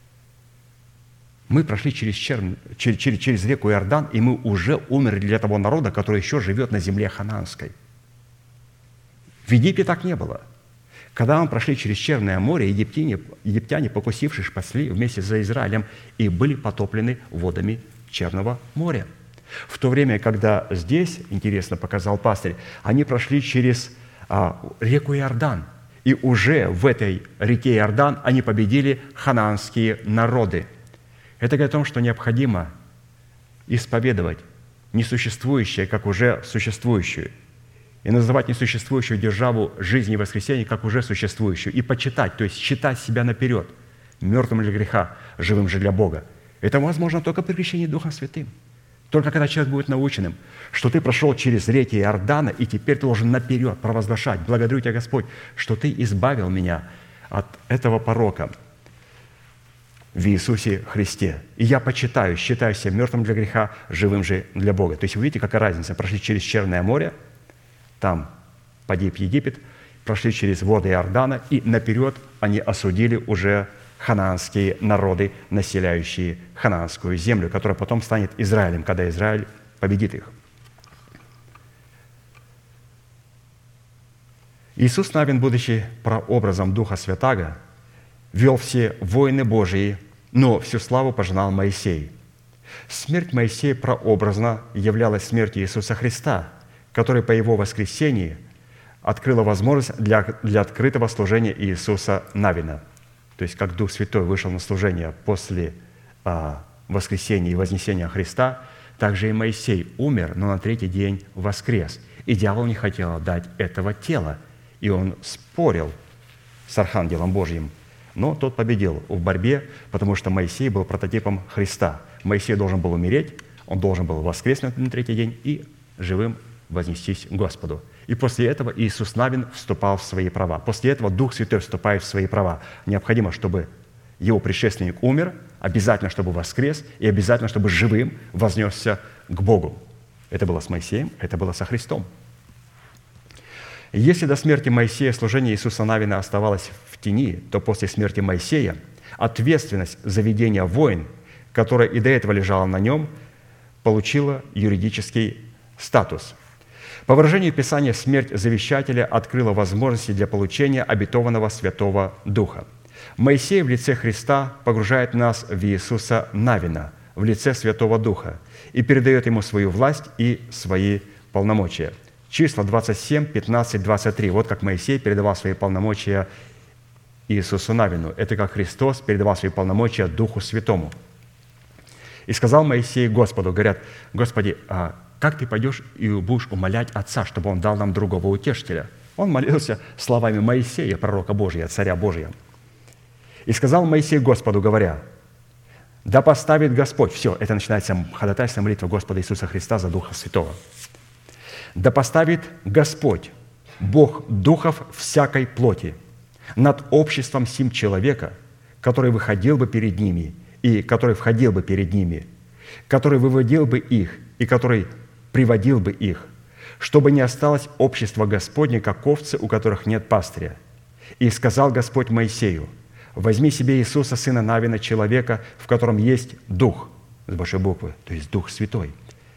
Мы прошли через, Чер... через, через, через реку Иордан, и мы уже умерли для того народа, который еще живет на земле ханаанской. В Египте так не было. Когда мы прошли через Черное море, египтяне, египтяне покусившись, пошли вместе за Израилем и были потоплены водами Черного моря. В то время, когда здесь, интересно показал пастырь, они прошли через а, реку Иордан, и уже в этой реке Иордан они победили ханаанские народы. Это говорит о том, что необходимо исповедовать несуществующее, как уже существующую, и называть несуществующую державу жизни и воскресения, как уже существующую, и почитать, то есть считать себя наперед, мертвым для греха, живым же для Бога. Это возможно только при крещении Духом Святым. Только когда человек будет наученным, что ты прошел через реки Иордана, и теперь ты должен наперед провозглашать: «Благодарю Тебя, Господь, что Ты избавил меня от этого порока в Иисусе Христе. И я почитаю, считаю себя мертвым для греха, живым же для Бога». То есть вы видите, какая разница. Прошли через Черное море, там погиб Египет, прошли через воды Иордана, и наперед они осудили уже ханаанские народы, населяющие ханаанскую землю, которая потом станет Израилем, когда Израиль победит их. Иисус Навин, будучи прообразом Духа Святаго, вел все войны Божии, но всю славу пожинал Моисей. Смерть Моисея прообразно являлась смертью Иисуса Христа, который по Его воскресении открыла возможность для, для открытого служения Иисуса Навина. То есть, как Дух Святой вышел на служение после а, воскресения и вознесения Христа, также и Моисей умер, но на третий день воскрес. И дьявол не хотел дать этого тела, и он спорил с Архангелом Божьим, но тот победил в борьбе, потому что Моисей был прототипом Христа. Моисей должен был умереть, он должен был воскреснуть на третий день и живым вознестись к Господу. И после этого Иисус Навин вступал в свои права. После этого Дух Святой вступает в свои права. Необходимо, чтобы его предшественник умер, обязательно, чтобы воскрес, и обязательно, чтобы живым вознесся к Богу. Это было с Моисеем, это было со Христом. Если до смерти Моисея служение Иисуса Навина оставалось в тени, то после смерти Моисея ответственность за ведение войн, которая и до этого лежала на нем, получила юридический статус. По выражению Писания, смерть завещателя открыла возможности для получения обетованного Святого Духа. Моисей в лице Христа погружает нас в Иисуса Навина, в лице Святого Духа, и передает ему свою власть и свои полномочия. Числа двадцать семь, пятнадцать, двадцать три. Вот как Моисей передавал свои полномочия Иисусу Навину. Это как Христос передавал свои полномочия Духу Святому. «И сказал Моисей Господу», говорят, «Господи, а как ты пойдешь и будешь умолять Отца, чтобы Он дал нам другого утешителя?» Он молился словами Моисея, пророка Божия, царя Божия. «И сказал Моисей Господу, говоря, да поставит Господь». Все, это начинается ходатайственная молитва Господа Иисуса Христа за Духа Святого. «Да поставит Господь, Бог духов всякой плоти, над обществом сим человека, который выходил бы перед ними, и который входил бы перед ними, который выводил бы их, и который приводил бы их, чтобы не осталось общества Господне, как овцы, у которых нет пастыря. И сказал Господь Моисею, возьми себе Иисуса, сына Навина, человека, в котором есть Дух, с большой буквы, то есть Дух Святой,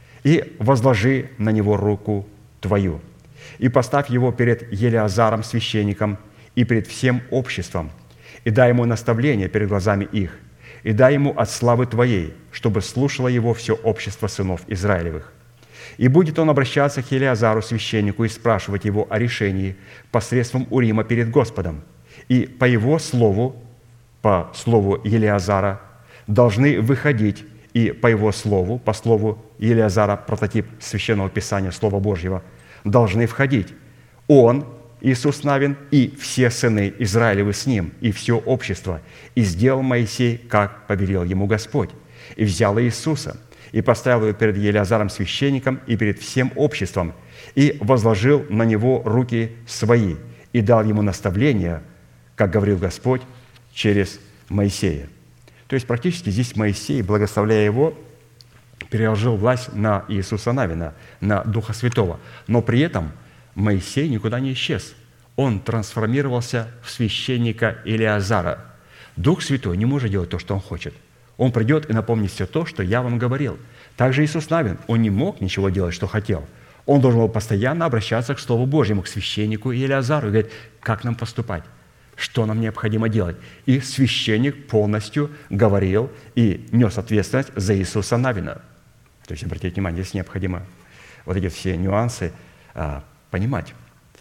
и возложи на него руку твою, и поставь его перед Елеазаром, священником, и перед всем обществом, и дай ему наставление перед глазами их, и дай ему от славы твоей, чтобы слушало его все общество сынов Израилевых. И будет он обращаться к Елеазару, священнику, и спрашивать его о решении посредством Урима перед Господом. И по его слову, по слову Елеазара, должны выходить, и по его слову, по слову Елеазара, прототип Священного Писания, Слова Божьего, должны входить он, Иисус Навин, и все сыны Израилевы с ним, и все общество. И сделал Моисей, как повелел ему Господь, и взял Иисуса, и поставил его перед Елеазаром священником и перед всем обществом, и возложил на него руки свои, и дал ему наставление, как говорил Господь, через Моисея». То есть практически здесь Моисей, благословляя его, переложил власть на Иисуса Навина, на Духа Святого. Но при этом Моисей никуда не исчез. Он трансформировался в священника Елеазара. Дух Святой не может делать то, что он хочет. Он придет и напомнит все то, что я вам говорил. Также Иисус Навин, он не мог ничего делать, что хотел. Он должен был постоянно обращаться к Слову Божьему, к священнику Елеазару и говорить, как нам поступать, что нам необходимо делать. И священник полностью говорил и нес ответственность за Иисуса Навина. То есть, обратите внимание, здесь необходимо вот эти все нюансы а, понимать.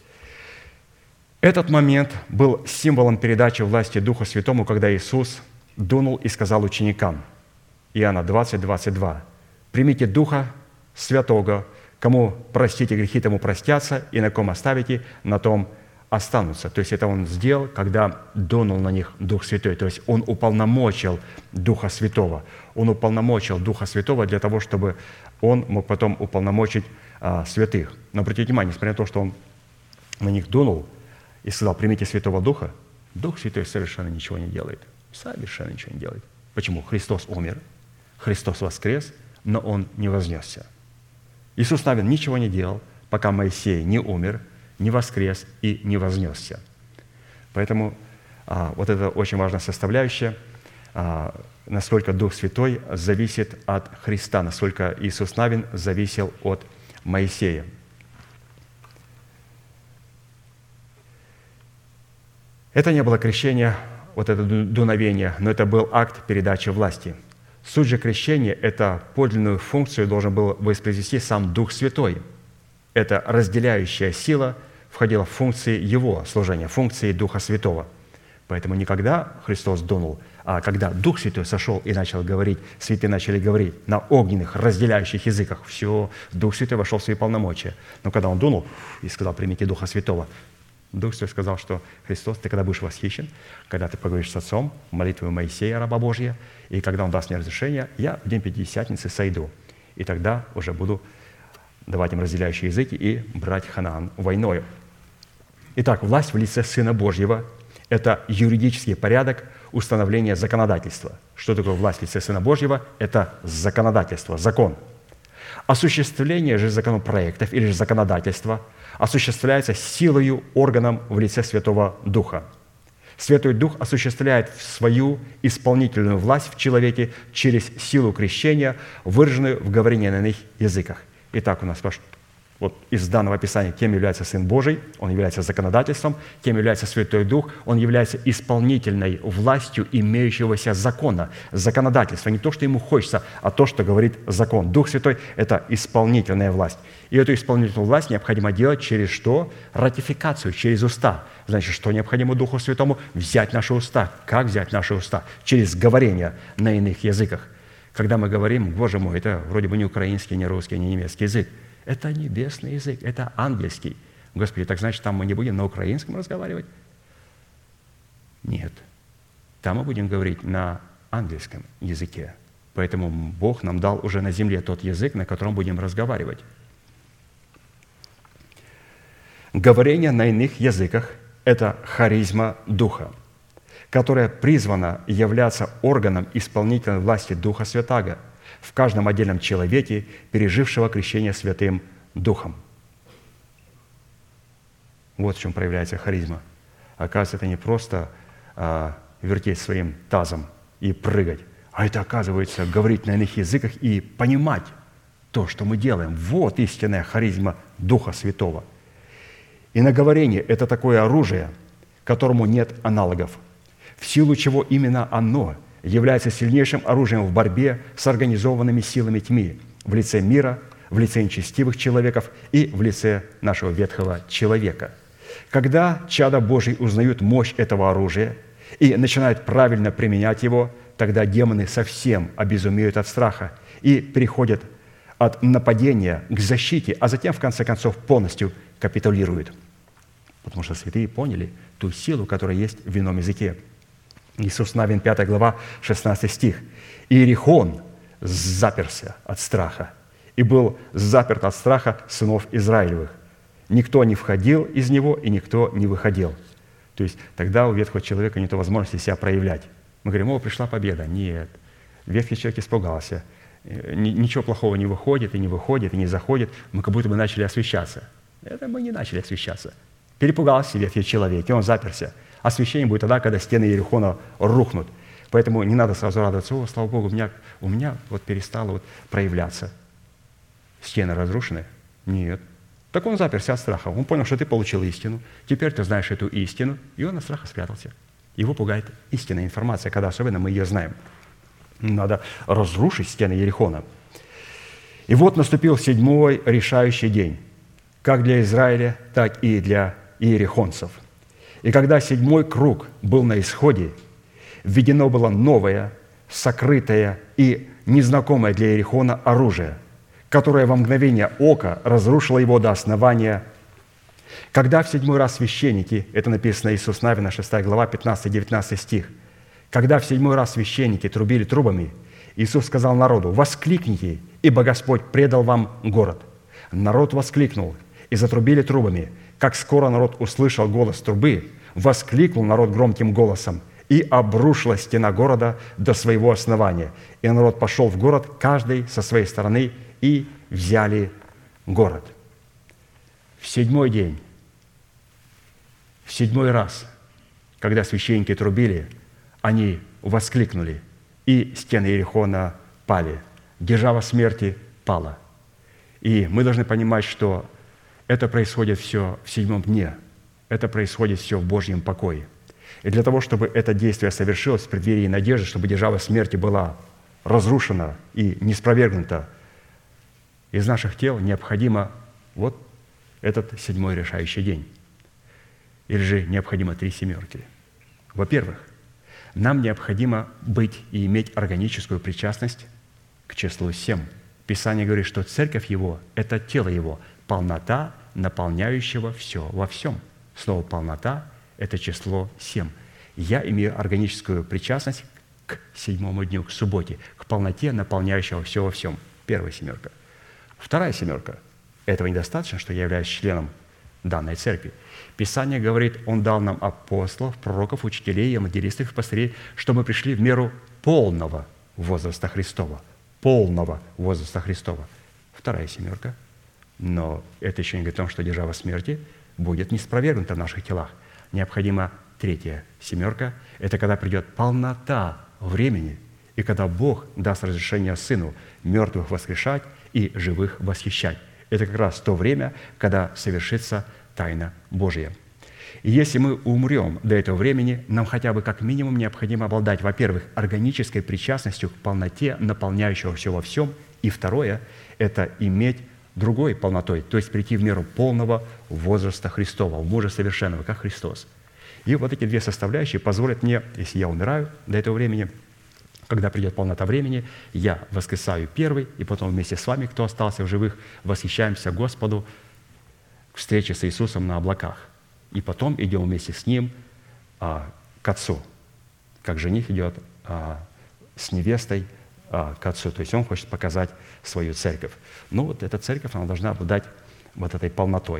Этот момент был символом передачи власти Духу Святому, когда Иисус дунул и сказал ученикам, Иоанна двадцать, двадцать два, «Примите Духа Святого, кому простите грехи, тому простятся, и на ком оставите, на том останутся». То есть это Он сделал, когда дунул на них Дух Святой. То есть Он уполномочил Духа Святого. Он уполномочил Духа Святого для того, чтобы Он мог потом уполномочить а, святых. Но обратите внимание, несмотря на то, что Он на них дунул и сказал, примите Святого Духа, Дух Святой совершенно ничего не делает. Совершенно ничего не делает. Почему? Христос умер, Христос воскрес, но Он не вознесся. Иисус Навин ничего не делал, пока Моисей не умер, не воскрес и не вознесся. Поэтому а, вот это очень важная составляющая, а, насколько Дух Святой зависит от Христа, насколько Иисус Навин зависел от Моисея. Это не было крещение, вот это дуновение, но это был акт передачи власти. Суть же крещения – это подлинную функцию должен был воспроизвести сам Дух Святой. Это разделяющая сила входила в функции Его служения, функции Духа Святого. Поэтому не когда Христос дунул, а когда Дух Святой сошел и начал говорить, святые начали говорить на огненных, разделяющих языках, все, Дух Святой вошел в свои полномочия. Но когда Он дунул и сказал, примите Духа Святого, Дух Святой сказал, что Христос, ты когда будешь восхищен, когда ты поговоришь с Отцом, молитвой Моисея, раба Божия, и когда Он даст мне разрешение, я в день Пятидесятницы сойду, и тогда уже буду давать им разделяющие языки и брать Ханаан войною. Итак, власть в лице Сына Божьего – это юридический порядок установления законодательства. Что такое власть в лице Сына Божьего? Это законодательство, закон. Осуществление же законопроектов или же законодательства осуществляется силою органом в лице Святого Духа. Святой Дух осуществляет свою исполнительную власть в человеке через силу крещения, выраженную в говорении на иных языках. Итак, у нас вот из данного описания, кем является Сын Божий, Он является законодательством, кем является Святой Дух, Он является исполнительной властью имеющегося закона, законодательства. Не то, что Ему хочется, а то, что говорит закон. Дух Святой – это исполнительная власть. И эту исполнительную власть необходимо делать через что? Ратификацию, через уста. Значит, что необходимо Духу Святому? Взять наши уста. Как взять наши уста? Через говорение на иных языках. Когда мы говорим, Боже мой, это вроде бы не украинский, не русский, не немецкий язык. Это небесный язык, это ангельский. Господи, так значит, там мы не будем на украинском разговаривать? Нет. Там мы будем говорить на ангельском языке. Поэтому Бог нам дал уже на земле тот язык, на котором будем разговаривать. Говорение на иных языках – это харизма Духа, которая призвана являться органом исполнительной власти Духа Святаго в каждом отдельном человеке, пережившего крещение Святым Духом. Вот в чем проявляется харизма. Оказывается, это не просто а, вертеть своим тазом и прыгать, а это, оказывается, говорить на иных языках и понимать то, что мы делаем. Вот истинная харизма Духа Святого. И наговорение – это такое оружие, которому нет аналогов, в силу чего именно оно является сильнейшим оружием в борьбе с организованными силами тьмы в лице мира, в лице нечестивых человеков и в лице нашего ветхого человека. Когда чада Божьи узнают мощь этого оружия и начинают правильно применять его, тогда демоны совсем обезумеют от страха и переходят от нападения к защите, а затем, в конце концов, полностью капитулируют. Потому что святые поняли ту силу, которая есть в ином языке. Иисус Навин, пятая глава, шестнадцатый стих. «Иерихон заперся от страха, и был заперт от страха сынов Израилевых. Никто не входил из него, и никто не выходил». То есть тогда у ветхого человека нет возможности себя проявлять. Мы говорим, о, пришла победа. Нет. Ветхий человек испугался. Ничего плохого не выходит, и не выходит, и не заходит. Мы как будто бы начали освещаться. Это мы не начали освещаться. Перепугался ветхий человек, и он заперся. Освящение будет тогда, когда стены Иерихона рухнут. Поэтому не надо сразу радоваться, о, слава Богу, у меня, у меня вот перестало вот проявляться. Стены разрушены? Нет. Так он заперся от страха. Он понял, что ты получил истину, теперь ты знаешь эту истину, и он от страха спрятался. Его пугает истинная информация, когда особенно мы ее знаем. Надо разрушить стены Иерихона. И вот наступил седьмой решающий день, как для Израиля, так и для иерихонцев. И когда седьмой круг был на исходе, введено было новое, сокрытое и незнакомое для Иерихона оружие, которое во мгновение ока разрушило его до основания. Когда в седьмой раз священники, это написано Иисус Навина, шестая глава, пятнадцатый-девятнадцатый стих, когда в седьмой раз священники трубили трубами, Иисус сказал народу, «Воскликните, ибо Господь предал вам город». Народ воскликнул, и затрубили трубами. Как скоро народ услышал голос трубы, воскликнул народ громким голосом, и обрушилась стена города до своего основания. И народ пошел в город, каждый со своей стороны, и взяли город. В седьмой день, в седьмой раз, когда священники трубили, они воскликнули, и стены Иерихона пали. Держава смерти пала. И мы должны понимать, что это происходит все в седьмом дне. Это происходит все в Божьем покое. И для того, чтобы это действие совершилось в преддверии надежды, чтобы держава смерти была разрушена и не спровергнута, из наших тел необходимо вот этот седьмой решающий день. Или же необходимо три семерки. Во-первых, нам необходимо быть и иметь органическую причастность к числу семь. Писание говорит, что церковь Его – это тело Его, полнота, наполняющего все во всем. Слово «полнота» – это число семь. Я имею органическую причастность к седьмому дню, к субботе, к полноте, наполняющего все во всем. Первая семерка. Вторая семерка. Этого недостаточно, что я являюсь членом данной церкви. Писание говорит, Он дал нам апостолов, пророков, учителей, евангелистов и пастырей, чтобы мы пришли в меру полного возраста Христова. Полного возраста Христова. Вторая семерка. Но это еще не говорит о том, что держава смерти будет не спровергнута в наших телах. Необходима третья семерка. Это когда придет полнота времени, и когда Бог даст разрешение Сыну мертвых воскрешать и живых восхищать. Это как раз то время, когда совершится тайна Божья. И если мы умрем до этого времени, нам хотя бы как минимум необходимо обладать, во-первых, органической причастностью к полноте, наполняющего все во всем, и второе – это иметь другой полнотой, то есть прийти в меру полного возраста Христова, мужа совершенного, как Христос. И вот эти две составляющие позволят мне, если я умираю до этого времени, когда придет полнота времени, я воскресаю первый, и потом вместе с вами, кто остался в живых, восхищаемся Господу к встрече с Иисусом на облаках. И потом идем вместе с Ним а, к Отцу, как жених идет а, с невестой а, к Отцу. То есть он хочет показать свою церковь. Ну вот эта церковь, она должна обладать вот этой полнотой.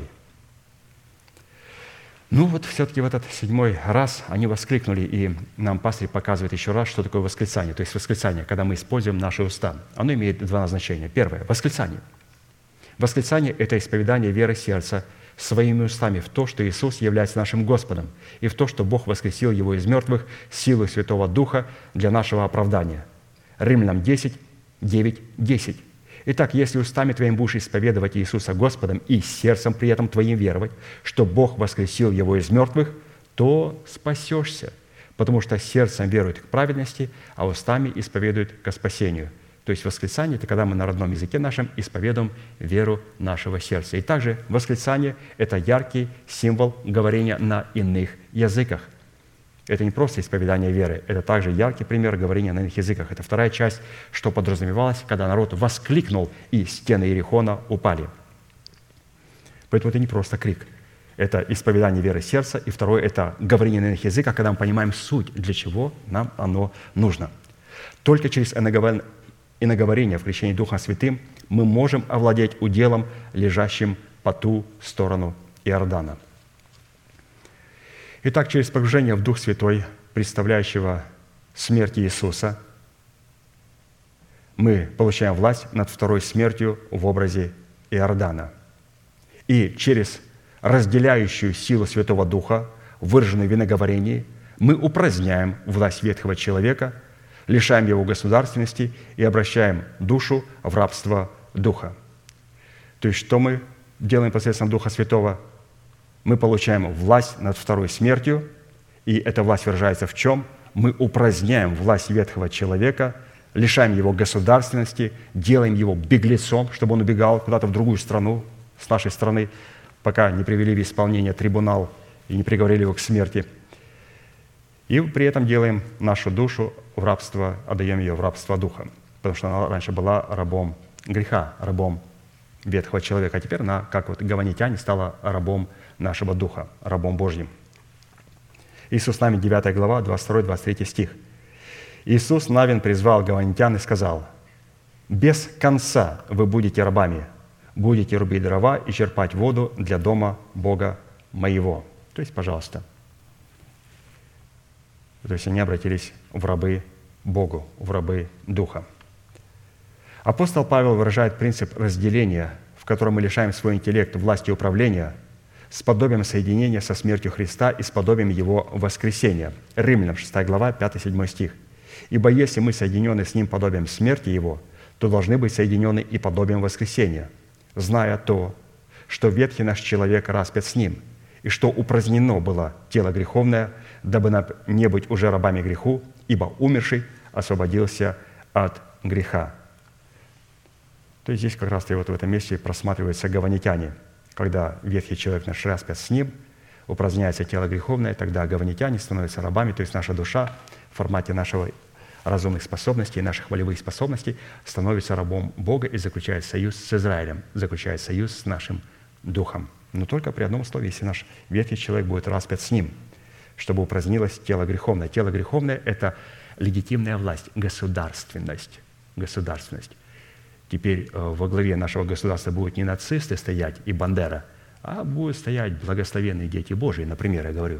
Ну вот все-таки в этот седьмой раз они воскликнули, и нам пастырь показывает еще раз, что такое восклицание. То есть восклицание, когда мы используем наши уста. Оно имеет два назначения. Первое – восклицание. Восклицание – это исповедание веры сердца своими устами в то, что Иисус является нашим Господом, и в то, что Бог воскресил Его из мертвых силой Святого Духа для нашего оправдания. Римлянам десять, девять, десять. Итак, если устами твоим будешь исповедовать Иисуса Господом и сердцем при этом твоим веровать, что Бог воскресил Его из мертвых, то спасешься, потому что сердцем верует к праведности, а устами исповедует ко спасению. То есть восклицание – это когда мы на родном языке нашем исповедуем веру нашего сердца. И также восклицание – это яркий символ говорения на иных языках. Это не просто исповедание веры, это также яркий пример говорения на иных языках. Это вторая часть, что подразумевалось, когда народ воскликнул, и стены Иерихона упали. Поэтому это не просто крик. Это исповедание веры сердца. И второе – это говорение на иных языках, когда мы понимаем суть, для чего нам оно нужно. Только через иноговорение в крещении Духом Святым мы можем овладеть уделом, лежащим по ту сторону Иордана. Итак, через погружение в Дух Святой, представляющего смерть Иисуса, мы получаем власть над второй смертью в образе Иордана. И через разделяющую силу Святого Духа, выраженную в иноговорении, мы упраздняем власть ветхого человека, лишаем его государственности и обращаем душу в рабство Духа. То есть, что мы делаем посредством Духа Святого? Мы получаем власть над второй смертью, и эта власть выражается в чем? Мы упраздняем власть ветхого человека, лишаем его государственности, делаем его беглецом, чтобы он убегал куда-то в другую страну, с нашей страны, пока не привели в исполнение трибунал и не приговорили его к смерти. И при этом делаем нашу душу в рабство, отдаем ее в рабство Духа, потому что она раньше была рабом греха, рабом ветхого человека, а теперь она, как вот гаванитяне, стала рабом нашего Духа, рабом Божьим. Иисус Навин, девятая глава, двадцать второй двадцать третий стих. Иисус Навин призвал гаванитян и сказал: «Без конца вы будете рабами, будете рубить дрова и черпать воду для дома Бога моего». То есть, пожалуйста. То есть они обратились в рабы Богу, в рабы Духа. Апостол Павел выражает принцип разделения, в котором мы лишаем свой интеллект власти управления, с подобием соединения со смертью Христа и с подобием Его воскресения. Римлянам шестая глава, пятый-седьмой стих. «Ибо если мы соединены с Ним подобием смерти Его, то должны быть соединены и подобием воскресения, зная то, что ветхий наш человек распят с Ним, и что упразднено было тело греховное, дабы нам не быть уже рабами греху, ибо умерший освободился от греха». То есть здесь как раз-то вот в этом месте просматриваются гаванитяне. Когда ветхий человек наш распят с ним, упраздняется тело греховное, тогда гаванитяне становятся рабами, то есть наша душа в формате нашего разумных способностей, наших волевых способностей становится рабом Бога и заключает союз с Израилем, заключает союз с нашим Духом. Но только при одном условии, если наш ветхий человек будет распят с ним, чтобы упразднилось тело греховное. Тело греховное – это легитимная власть, государственность. Государственность. Теперь во главе нашего государства будут не нацисты стоять и Бандера, а будут стоять благословенные дети Божии, например, я говорю.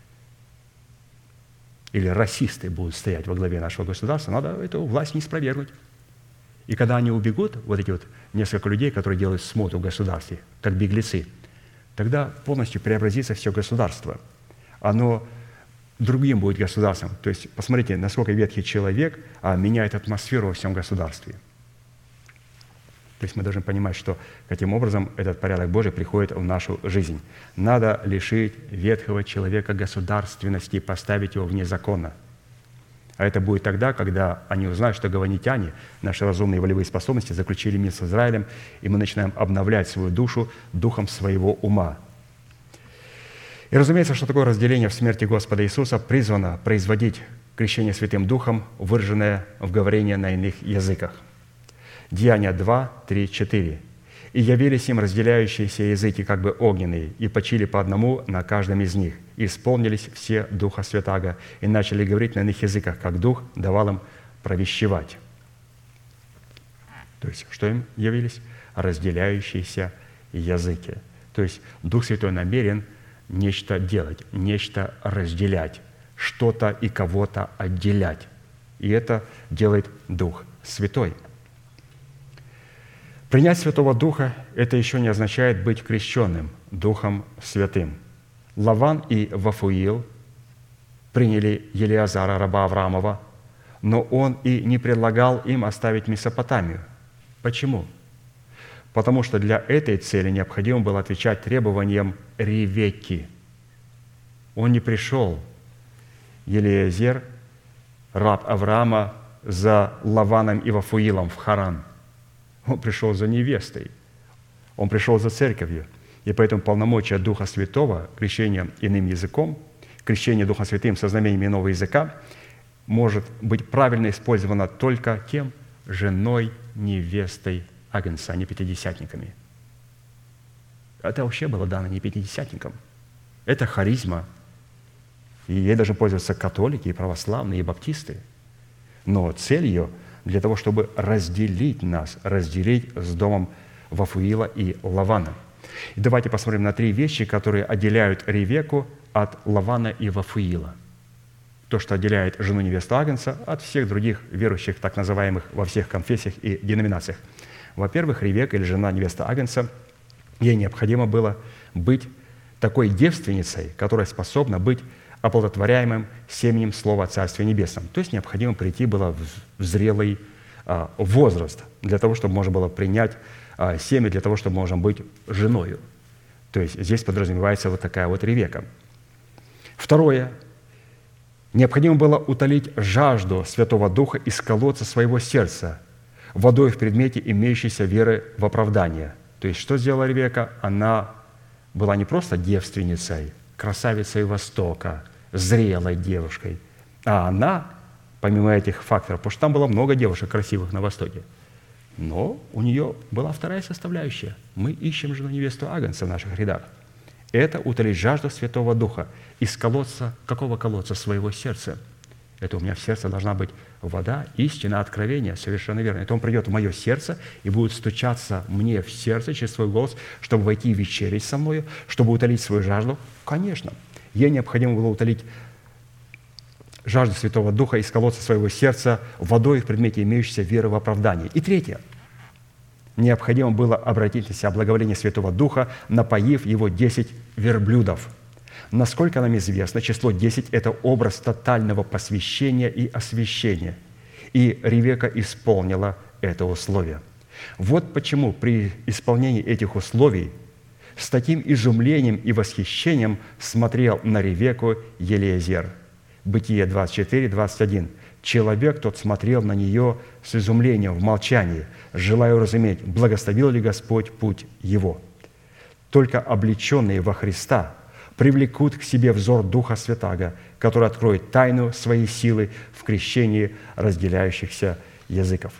Или расисты будут стоять во главе нашего государства, надо эту власть не спровергнуть. И когда они убегут, вот эти вот несколько людей, которые делают смотр в государстве, как беглецы, тогда полностью преобразится все государство. Оно другим будет государством. То есть посмотрите, насколько ветхий человек а, меняет атмосферу во всем государстве. То есть мы должны понимать, что каким образом этот порядок Божий приходит в нашу жизнь. Надо лишить ветхого человека государственности и поставить его вне закона. А это будет тогда, когда они узнают, что гаванитяне, наши разумные волевые способности, заключили мир с Израилем, и мы начинаем обновлять свою душу духом своего ума. И разумеется, что такое разделение в смерти Господа Иисуса призвано производить крещение Святым Духом, выраженное в говорении на иных языках. Деяния два, три, четыре. «И явились им разделяющиеся языки, как бы огненные, и почили по одному на каждом из них, и исполнились все Духа Святаго, и начали говорить на иных языках, как Дух давал им провещевать». То есть, что им явились? Разделяющиеся языки. То есть, Дух Святой намерен нечто делать, нечто разделять, что-то и кого-то отделять. И это делает Дух Святой. Принять Святого Духа – это еще не означает быть крещенным Духом Святым. Лаван и Вафуил приняли Елиазара, раба Авраамова, но он и не предлагал им оставить Месопотамию. Почему? Потому что для этой цели необходимо было отвечать требованиям Ревекки. Он не пришел, Елиезер, раб Авраама, за Лаваном и Вафуилом в Харан. Он пришел за невестой, он пришел за церковью. И поэтому полномочия Духа Святого, крещение иным языком, крещение Духом Святым со знамениями иного языка, может быть правильно использовано только кем? Женой, невестой Агнца, а не пятидесятниками. Это вообще было дано не пятидесятникам. Это харизма. И ей должны пользоваться католики, и православные, и баптисты. Но цель ее для того, чтобы разделить нас, разделить с домом Вафуила и Лавана. И давайте посмотрим на три вещи, которые отделяют Ревекку от Лавана и Вафуила. То, что отделяет жену невесту Агнца от всех других верующих, так называемых во всех конфессиях и деноминациях. Во-первых, Ревекка или жена невеста Агнца, ей необходимо было быть такой девственницей, которая способна быть оплодотворяемым семенем Слова о Царстве Небесном. То есть необходимо прийти было в зрелый а, возраст для того, чтобы можно было принять а, семя, для того, чтобы можно быть женою. То есть здесь подразумевается вот такая вот Ревекка. Второе. Необходимо было утолить жажду Святого Духа из колодца своего сердца водой в предмете имеющейся веры в оправдание. То есть что сделала Ревекка? Она была не просто девственницей, красавицей Востока, зрелой девушкой. А она, помимо этих факторов, потому что там было много девушек красивых на Востоке, но у нее была вторая составляющая. Мы ищем жену невесту Агнца в наших рядах. Это утолить жажду Святого Духа из колодца, какого колодца? Своего сердца. Это у меня в сердце должна быть вода, истина, откровение, совершенно верно. Это он придет в мое сердце и будет стучаться мне в сердце через свой голос, чтобы войти и вечерить со мною, чтобы утолить свою жажду. Конечно, ей необходимо было утолить жажду Святого Духа из колодца своего сердца водой в предмете имеющейся веры в оправдание. И третье. Необходимо было обратить на себя благоволение Святого Духа, напоив его десять верблюдов. Насколько нам известно, число десять – это образ тотального посвящения и освящения. И Ревекка исполнила это условие. Вот почему при исполнении этих условий с таким изумлением и восхищением смотрел на Ревекку Елиезер. Бытие двадцать четыре, двадцать один. Человек тот смотрел на нее с изумлением в молчании, желая уразуметь, благословил ли Господь путь его. Только облеченные во Христа привлекут к себе взор Духа Святаго, который откроет тайну своей силы в крещении разделяющихся языков.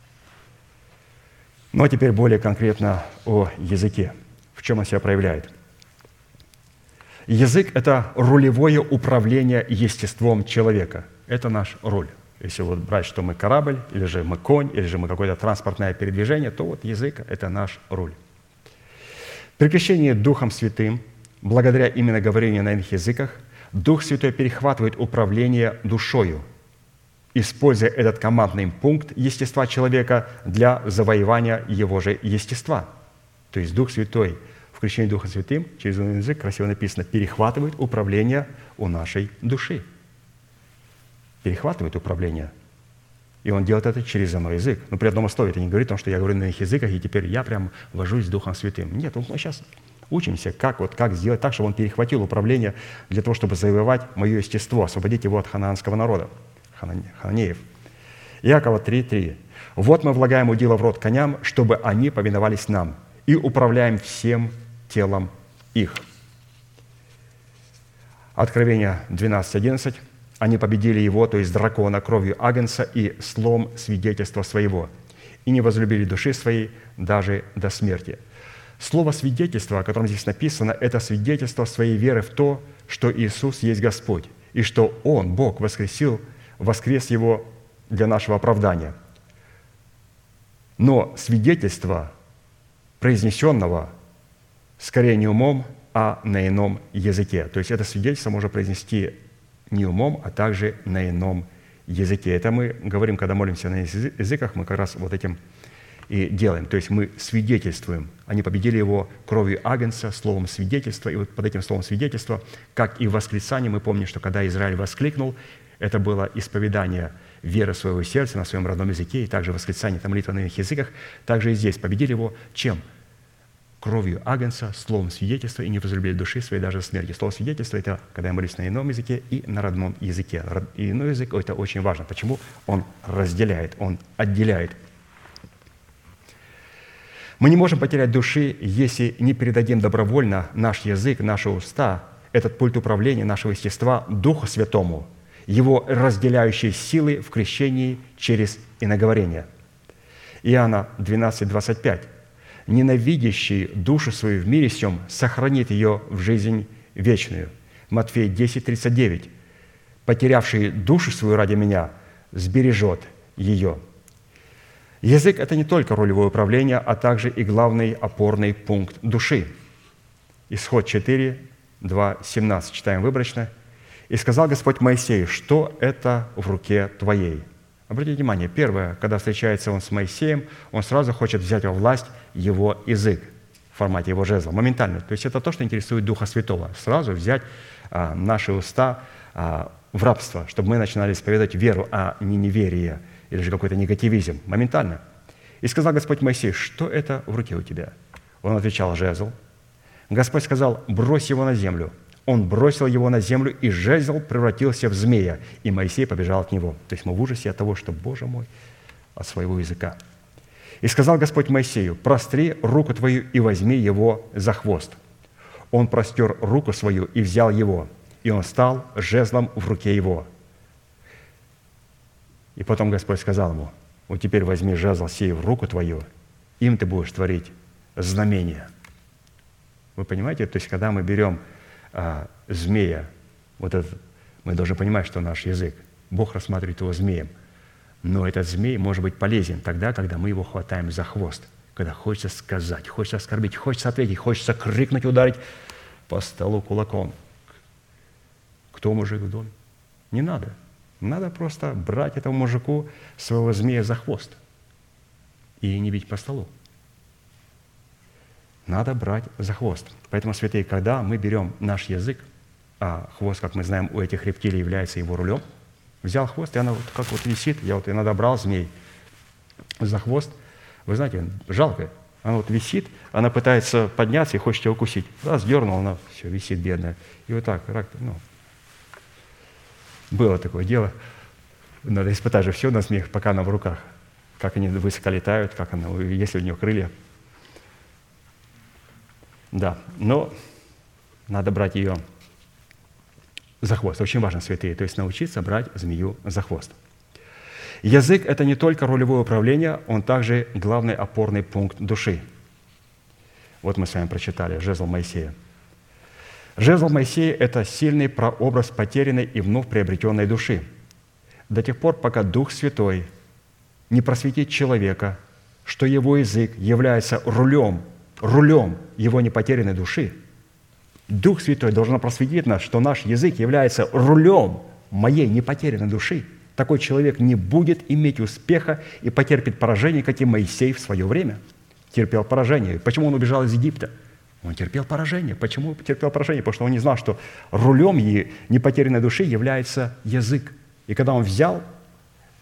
Ну а теперь более конкретно о языке. В чем он себя проявляет? Язык – это рулевое управление естеством человека. Это наш руль. Если вот брать, что мы корабль, или же мы конь, или же мы какое-то транспортное передвижение, то вот язык – это наш руль. При крещении Духом Святым, благодаря именно говорению на иных языках, Дух Святой перехватывает управление душою, используя этот командный пункт естества человека для завоевания его же естества. То есть Дух Святой в крещении Духом Святым, через язык, красиво написано, перехватывает управление у нашей души. Перехватывает управление. И Он делает это через земной язык. Но при одном условии это не говорит о том, что я говорю на иных языках, и теперь я прям вожусь с Духом Святым. Нет, мы сейчас учимся, как, вот, как сделать так, чтобы Он перехватил управление для того, чтобы завоевать мое естество, освободить его от ханаанского народа, хананеев. Иакова три три. «Вот мы влагаем удила в рот коням, чтобы они повиновались нам, и управляем всем телом их». Откровение двенадцать одиннадцать. «Они победили его, то есть дракона, кровью агнца и словом свидетельства своего, и не возлюбили души своей даже до смерти». Слово «свидетельство», о котором здесь написано, это свидетельство своей веры в то, что Иисус есть Господь, и что Он, Бог, воскресил, воскрес Его для нашего оправдания. Но свидетельство произнесенного скорее не умом, а на ином языке. То есть это свидетельство можно произнести не умом, а также на ином языке. Это мы говорим, когда молимся на языках, мы как раз вот этим и делаем. То есть мы свидетельствуем. Они победили его кровью агнца, словом свидетельства. И вот под этим словом свидетельства, как и в восклицании, мы помним, что когда Израиль воскликнул, это было исповедание веры своего сердца на своем родном языке, и также восклицание, это молитва на иных языках. Также и здесь победили его чем? Кровью агнца, словом свидетельства, и не возлюбили души своей даже до смерти. Слово свидетельства – это когда я молюсь на ином языке и на родном языке. И иной язык – это очень важно. Почему? Он разделяет, он отделяет. Мы не можем потерять души, если не передадим добровольно наш язык, наши уста, этот пульт управления нашего естества Духу Святому, Его разделяющей силы в крещении через иноговорение. Иоанна двенадцать двадцать пять. «Ненавидящий душу свою в мире сем сохранит ее в жизнь вечную». Матфея десять тридцать девять. «Потерявший душу свою ради меня сбережет ее». Язык – это не только ролевое управление, а также и главный опорный пункт души. Исход четыре, два, семнадцать. Читаем выборочно. «И сказал Господь Моисею, что это в руке твоей». Обратите внимание, первое, когда встречается он с Моисеем, он сразу хочет взять во власть его язык в формате его жезла, моментально. То есть это то, что интересует Духа Святого. Сразу взять а, наши уста а, в рабство, чтобы мы начинали исповедовать веру, а не неверие или же какой-то негативизм. Моментально. «И сказал Господь Моисею, что это в руке у тебя?» Он отвечал: «Жезл». Господь сказал: «Брось его на землю». Он бросил его на землю, и жезл превратился в змея, и Моисей побежал от него. То есть мы в ужасе от того, что, Боже мой, от своего языка. «И сказал Господь Моисею: простри руку твою и возьми его за хвост. Он простер руку свою и взял его, и он стал жезлом в руке его». И потом Господь сказал ему: вот теперь возьми жезл сей в руку твою, им ты будешь творить знамения. Вы понимаете? То есть когда мы берем а, змея, вот этот, мы должны понимать, что наш язык, Бог рассматривает его змеем, но этот змей может быть полезен тогда, когда мы его хватаем за хвост, когда хочется сказать, хочется оскорбить, хочется ответить, хочется крикнуть, ударить по столу кулаком. Кто мужик в доме? Не надо. Надо просто брать этому мужику своего змея за хвост и не бить по столу. Надо брать за хвост. Поэтому, святые, когда мы берем наш язык, а хвост, как мы знаем, у этих рептилий является его рулем, взял хвост, и она вот как вот висит, я вот иногда брал змей за хвост, вы знаете, жалко, она вот висит, она пытается подняться и хочет тебя укусить. Раз, дернул, она все, висит бедная. И вот так, ну, было такое дело. Надо испытать же все на смех, пока она в руках. Как они высоко летают, как она, есть ли у нее крылья. Да, но надо брать ее за хвост. Очень важно, святые, то есть научиться брать змею за хвост. Язык – это не только ролевое управление, он также главный опорный пункт души. Вот мы с вами прочитали жезл Моисея. Жезл Моисея – это сильный прообраз потерянной и вновь приобретенной души. До тех пор, пока Дух Святой не просветит человека, что его язык является рулем, рулем его непотерянной души, Дух Святой должен просветить нас, что наш язык является рулем моей непотерянной души. Такой человек не будет иметь успеха и потерпит поражение, как и Моисей в свое время терпел поражение. Почему он убежал из Египта? Он терпел поражение. Почему терпел поражение? Потому что он не знал, что рулем непотерянной души является язык. И когда он взял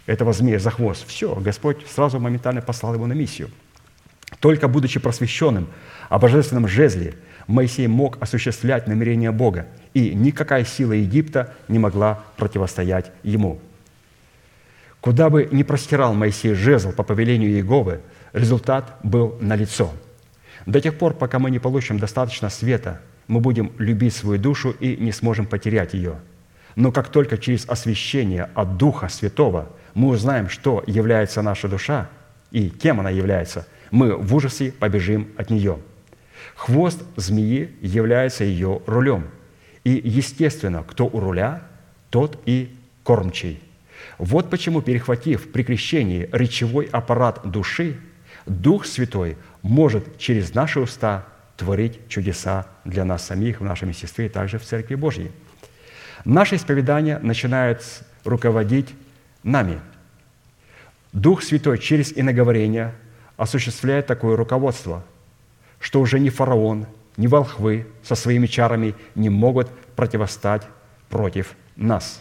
этого змея за хвост. Все, Господь сразу моментально послал его на миссию. Только будучи просвещенным о божественном жезле, Моисей мог осуществлять намерения Бога, и никакая сила Египта не могла противостоять ему. Куда бы ни простирал Моисей жезл по повелению Иеговы, результат был налицо. До тех пор, пока мы не получим достаточно света, мы будем любить свою душу и не сможем потерять ее. Но как только через освящение от Духа Святого мы узнаем, что является наша душа и кем она является, мы в ужасе побежим от нее. Хвост змеи является ее рулем. И, естественно, кто у руля, тот и кормчий. Вот почему, перехватив при крещении речевой аппарат души, Дух Святой может через наши уста творить чудеса для нас самих, в нашем естестве и также в Церкви Божьей. Наше исповедание начинает руководить нами. Дух Святой через иноговорение осуществляет такое руководство, что уже ни фараон, ни волхвы со своими чарами не могут противостать против нас.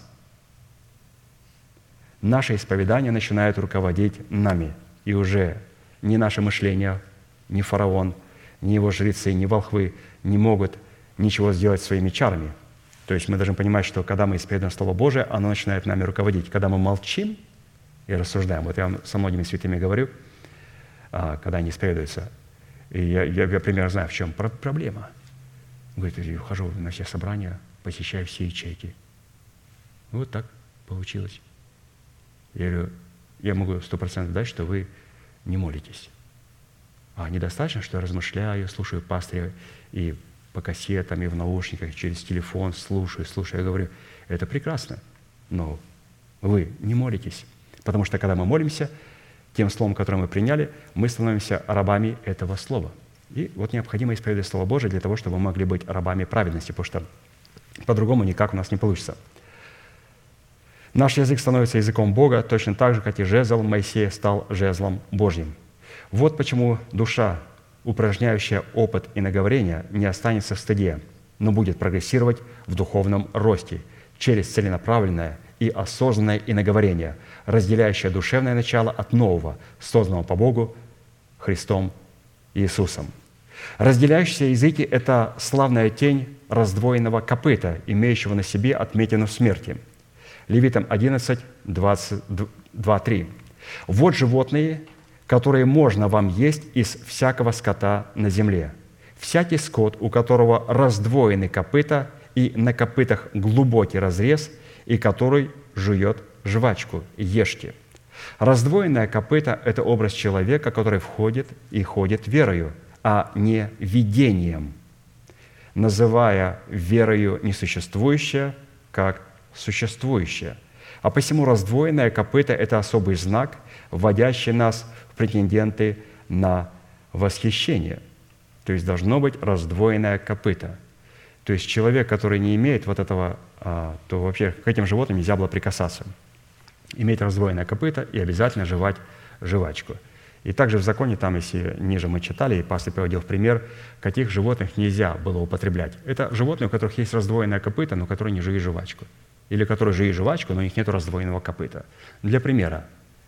Наше исповедание начинает руководить нами, и уже ни наше мышление, ни фараон, ни его жрецы, ни волхвы не могут ничего сделать своими чарами. То есть мы должны понимать, что когда мы исповедуем Слово Божие, оно начинает нами руководить. Когда мы молчим и рассуждаем, вот я вам со многими святыми говорю, когда они исповедуются, и я, я, я примерно знаю, в чем проблема. Говорит, я ухожу на все собрания, посещаю все ячейки. Вот так получилось. Я говорю, я могу сто процентов дать, что вы не молитесь. А недостаточно, что я размышляю, слушаю пастыря и по кассетам, и в наушниках, через телефон слушаю, слушаю. Я говорю, это прекрасно, но вы не молитесь. Потому что когда мы молимся, тем словом, которое мы приняли, мы становимся рабами этого слова. И вот необходимо исповедовать Слово Божие для того, чтобы мы могли быть рабами праведности, потому что по-другому никак у нас не получится. Наш язык становится языком Бога, точно так же, как и жезл Моисея стал жезлом Божьим. Вот почему душа, упражняющая опыт иноговорения, не останется в стыде, но будет прогрессировать в духовном росте через целенаправленное и осознанное иноговорение, разделяющее душевное начало от нового, созданного по Богу Христом Иисусом. Разделяющиеся языки – это славная тень раздвоенного копыта, имеющего на себе отметину смерти. Левитам одиннадцать, двадцать два, три. «Вот животные, которые можно вам есть из всякого скота на земле. Всякий скот, у которого раздвоены копыта, и на копытах глубокий разрез, и который жует жвачку, ешьте». Раздвоенное копыто – это образ человека, который входит и ходит верою, а не видением, называя верою несуществующее, как существующее. А посему раздвоенное копыто – это особый знак, вводящий нас в претенденты на восхищение. То есть должно быть раздвоенное копыто. То есть человек, который не имеет вот этого, то вообще к этим животным нельзя было прикасаться. Иметь раздвоенное копыто и обязательно жевать жвачку. И также в законе, там, если ниже мы читали, и пастор приводил в пример, каких животных нельзя было употреблять. Это животные, у которых есть раздвоенное копыто, но которые не жуют жвачку. Или которые жуют жвачку, но у них нет раздвоенного копыта. Для примера,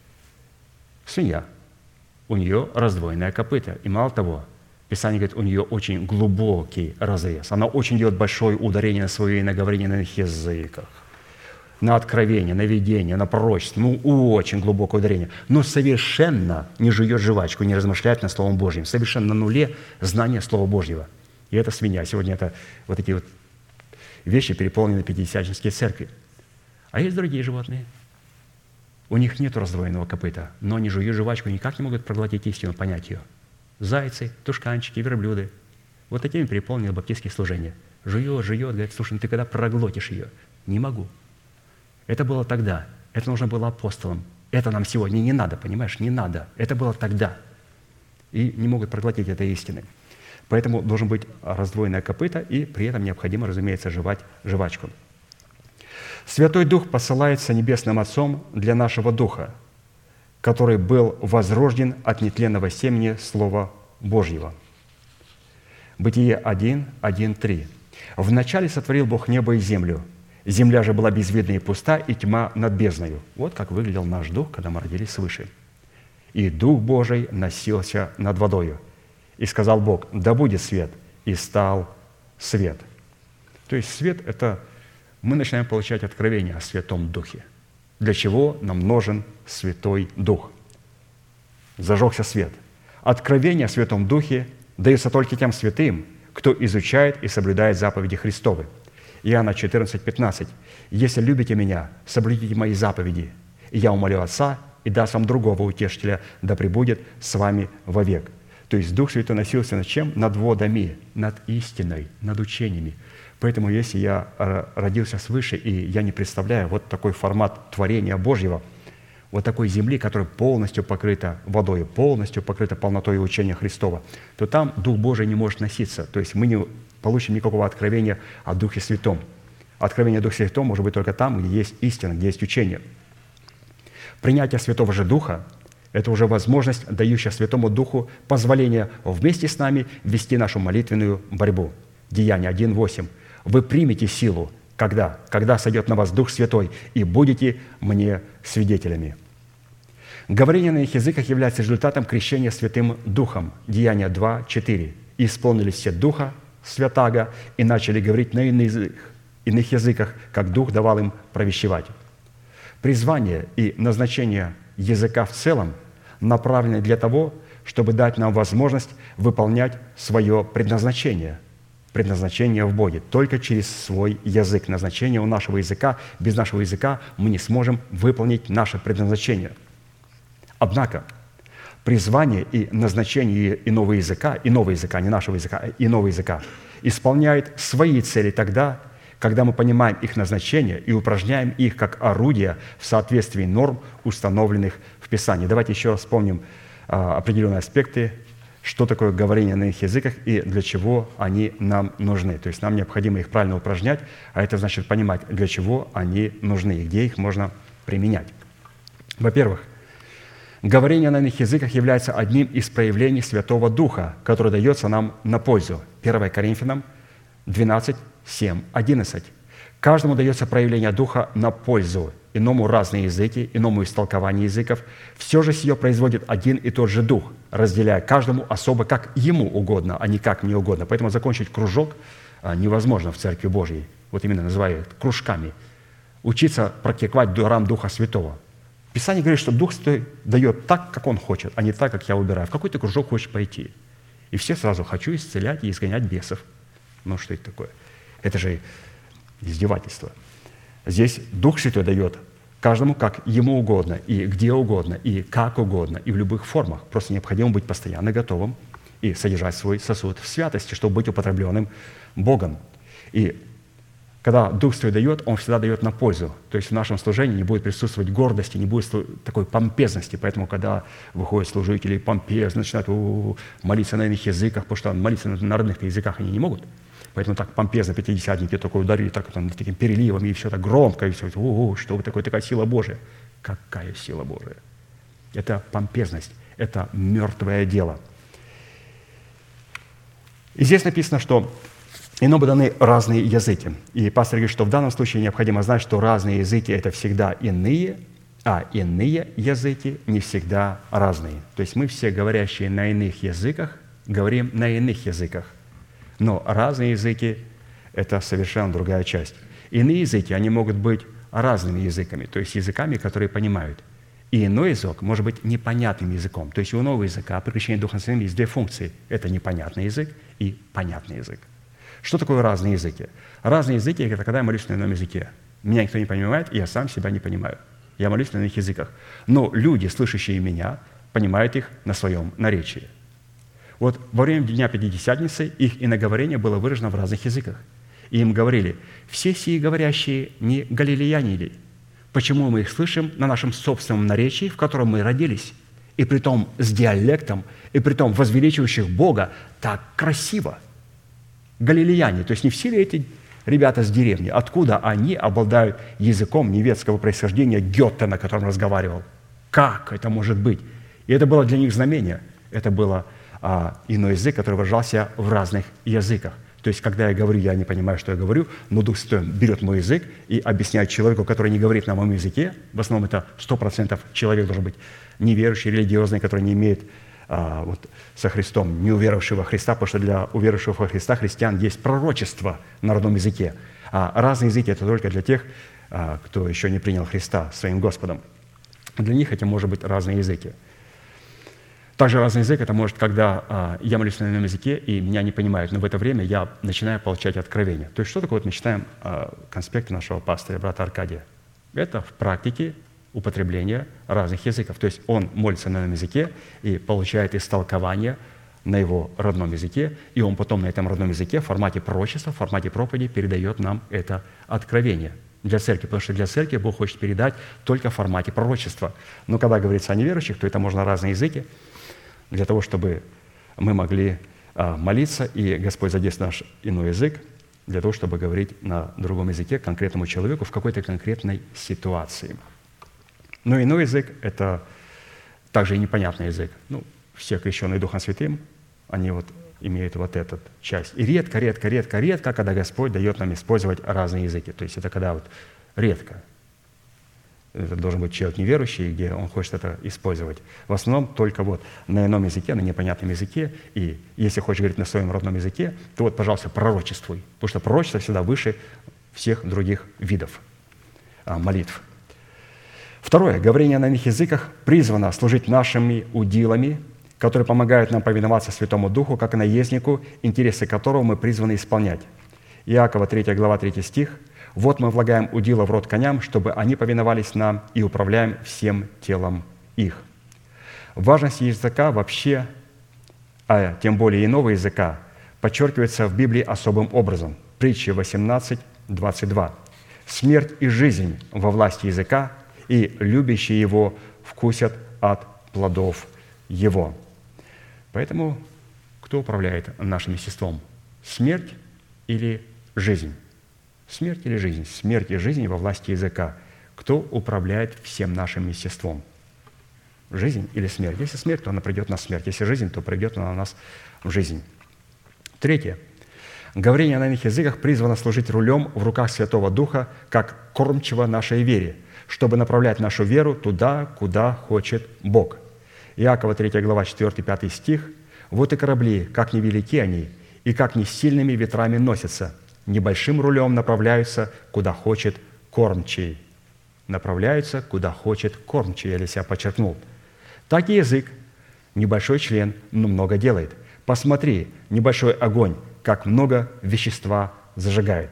свинья. У нее раздвоенное копыто. И мало того, Писание говорит, у нее очень глубокий разрез. Она очень делает большое ударение на свое иноговорение на их языках, на откровение, на видение, на пророчество. Ну, очень глубокое ударение. Но совершенно не жует жвачку, не размышляет над Словом Божьим. Совершенно на нуле знания Слова Божьего. И это свинья. Сегодня это вот такие вот вещи переполнены пятидесятнические церкви. А есть другие животные. У них нет раздвоенного копыта, но они жуют жвачку и никак не могут проглотить истину, понять ее. Зайцы, тушканчики, верблюды. Вот такими переполнены баптистские служения. Жует, жует, говорит, слушай, ну ты когда проглотишь ее? Не могу. Это было тогда. Это нужно было апостолам. Это нам сегодня не надо, понимаешь? Не надо. Это было тогда. И не могут проглотить этой истины. Поэтому должен быть раздвоенное копыто, и при этом необходимо, разумеется, жевать жвачку. Святой Дух посылается Небесным Отцом для нашего духа, который был возрожден от нетленного семени Слова Божьего. Бытие один, один, три. «Вначале сотворил Бог небо и землю, Земля же была безвидна и пуста, и тьма над бездною». Вот как выглядел наш дух, когда мы родились свыше. «И Дух Божий носился над водою. И сказал Бог: да будет свет, и стал свет». То есть свет – это мы начинаем получать откровение о Святом Духе. Для чего нам нужен Святой Дух? Зажегся свет. Откровение о Святом Духе дается только тем святым, кто изучает и соблюдает заповеди Христовы. Иоанна четырнадцать, пятнадцать. «Если любите Меня, соблюдите Мои заповеди, и Я умолю Отца, и даст вам другого утешителя, да пребудет с вами вовек». То есть Дух Святой носился над чем? Над водами, над истиной, над учениями. Поэтому если я родился свыше, и я не представляю вот такой формат творения Божьего, вот такой земли, которая полностью покрыта водой, полностью покрыта полнотой учения Христова, то там Дух Божий не может носиться. То есть мы не получим никакого откровения о Духе Святом. Откровение о Духе Святом может быть только там, где есть истина, где есть учение. Принятие Святого же Духа – это уже возможность, дающая Святому Духу позволение вместе с нами вести нашу молитвенную борьбу. Деяние один, восемь. «Вы примете силу, когда? Когда сойдет на вас Дух Святой, и будете мне свидетелями». Говорение на иных языках является результатом крещения Святым Духом. Деяние два, четыре. «И исполнились все Духа Святаго, и начали говорить на иных, иных языках, как Дух давал им провещевать». Призвание и назначение языка в целом направлены для того, чтобы дать нам возможность выполнять свое предназначение – предназначение в Боге, только через свой язык. Назначение у нашего языка. Без нашего языка мы не сможем выполнить наше предназначение. Однако призвание и назначение иного языка, иного языка, не нашего языка, а иного языка, исполняет свои цели тогда, когда мы понимаем их назначение и упражняем их как орудия в соответствии норм, установленных в Писании. Давайте еще раз вспомним а, определенные аспекты, что такое говорение на иных языках и для чего они нам нужны. То есть нам необходимо их правильно упражнять, а это значит понимать, для чего они нужны и где их можно применять. Во-первых, говорение на иных языках является одним из проявлений Святого Духа, который дается нам на пользу. первое Коринфянам двенадцать, семь, одиннадцать. Каждому дается проявление Духа на пользу, иному разные языки, иному истолкование языков. Все же сие производит один и тот же Дух, разделяя каждому особо, как ему угодно, а не как мне угодно. Поэтому закончить кружок невозможно в Церкви Божьей. Вот именно называют кружками. Учиться практиковать дарам Духа Святого. Писание говорит, что Дух Святой дает так, как Он хочет, а не так, как я выбираю. В какой ты кружок хочешь пойти? И все сразу «хочу исцелять и изгонять бесов». Ну, что это такое? Это же издевательство. Здесь Дух Святой дает каждому как ему угодно, и где угодно, и как угодно, и в любых формах. Просто необходимо быть постоянно готовым и содержать свой сосуд в святости, чтобы быть употребленным Богом. И когда Дух Святой дает, Он всегда дает на пользу. То есть в нашем служении не будет присутствовать гордости, не будет такой помпезности. Поэтому, когда выходят служители помпезно, начинают у-у-у, молиться на иных языках, потому что молиться на родных языках они не могут. Поэтому так помпезно пятидесятники такой ударили, так вот, таким переливом, и все так громко, и все, о, что вы такое, такая сила Божия. Какая сила Божия? Это помпезность, это мертвое дело. И здесь написано, что иному даны разные языки. И пастор говорит, что в данном случае необходимо знать, что разные языки – это всегда иные, а иные языки не всегда разные. То есть мы все, говорящие на иных языках, говорим на иных языках. Но разные языки – это совершенно другая часть. Иные языки, они могут быть разными языками, то есть языками, которые понимают. И иной язык может быть непонятным языком. То есть у нового языка при крещении Духом Святым есть две функции. Это непонятный язык и понятный язык. Что такое разные языки? Разные языки – это когда я молюсь на ином языке. Меня никто не понимает, и я сам себя не понимаю. Я молюсь на иных языках. Но люди, слышащие меня, понимают их на своем наречии. Вот во время Дня Пятидесятницы их иноговорение было выражено в разных языках. И им говорили, все сии говорящие не галилеяне ли? Почему мы их слышим на нашем собственном наречии, в котором мы родились, и притом с диалектом, и притом возвеличивающих Бога так красиво? Галилеяне, то есть не все ли эти ребята с деревни? Откуда они обладают языком немецкого происхождения Гёте, на котором разговаривал? Как это может быть? И это было для них знамение. Это было а, иной язык, который выражался в разных языках. То есть, когда я говорю, я не понимаю, что я говорю, но Дух Святой берет мой язык и объясняет человеку, который не говорит на моем языке. В основном это сто процентов человек должен быть неверующий, религиозный, который не имеет а, вот, со Христом, не уверовавший во Христа, потому что для уверовавшего во Христа христиан есть пророчество на родном языке. А разные языки – это только для тех, а, кто еще не принял Христа своим Господом. Для них это может быть разные языки. Также разный язык – это может, когда а, я молюсь на ином языке, и меня не понимают, но в это время я начинаю получать откровение. То есть что такое, вот мы читаем а, конспекты нашего пастыря, брата Аркадия? Это в практике употребления разных языков. То есть он молится на ином языке и получает истолкование на его родном языке, и он потом на этом родном языке в формате пророчества, в формате проповеди передает нам это откровение для церкви, потому что для церкви Бог хочет передать только в формате пророчества. Но когда говорится о неверующих, то это можно разные языки, для того, чтобы мы могли а, молиться, и Господь задействует наш иной язык, для того, чтобы говорить на другом языке конкретному человеку в какой-то конкретной ситуации. Но иной язык – это также и непонятный язык. Ну, все крещенные Духом Святым, они вот имеют вот эту часть. И редко, редко, редко, редко, когда Господь дает нам использовать разные языки. То есть это когда вот редко. Это должен быть человек неверующий, где он хочет это использовать. В основном только вот на ином языке, на непонятном языке. И если хочешь говорить на своем родном языке, то вот, пожалуйста, пророчествуй. Потому что пророчество всегда выше всех других видов а, молитв. Второе. Говорение на иных языках призвано служить нашими удилами, которые помогают нам повиноваться Святому Духу, как и наезднику, интересы которого мы призваны исполнять. Иакова третья глава, третий стих. «Вот мы влагаем удила в рот коням, чтобы они повиновались нам, и управляем всем телом их». Важность языка вообще, а тем более иного языка, подчеркивается в Библии особым образом. Притча восемнадцать, двадцать два. «Смерть и жизнь во власти языка, и любящие его вкусят от плодов его». Поэтому кто управляет нашим естеством? Смерть или жизнь? Смерть или жизнь? Смерть и жизнь во власти языка. Кто управляет всем нашим естеством? Жизнь или смерть? Если смерть, то она придет на смерть. Если жизнь, то придет она на нас в жизнь. Третье. Говорение на иных языках призвано служить рулем в руках Святого Духа, как кормчего нашей вере, чтобы направлять нашу веру туда, куда хочет Бог. Иакова третья глава, четыре-пять стих. «Вот и корабли, как невелики они, и как не сильными ветрами носятся, небольшим рулем направляются, куда хочет кормчий». Направляются, куда хочет кормчий, я для себя подчеркнул. Так и язык, небольшой член, но много делает. Посмотри, небольшой огонь, как много вещества зажигает.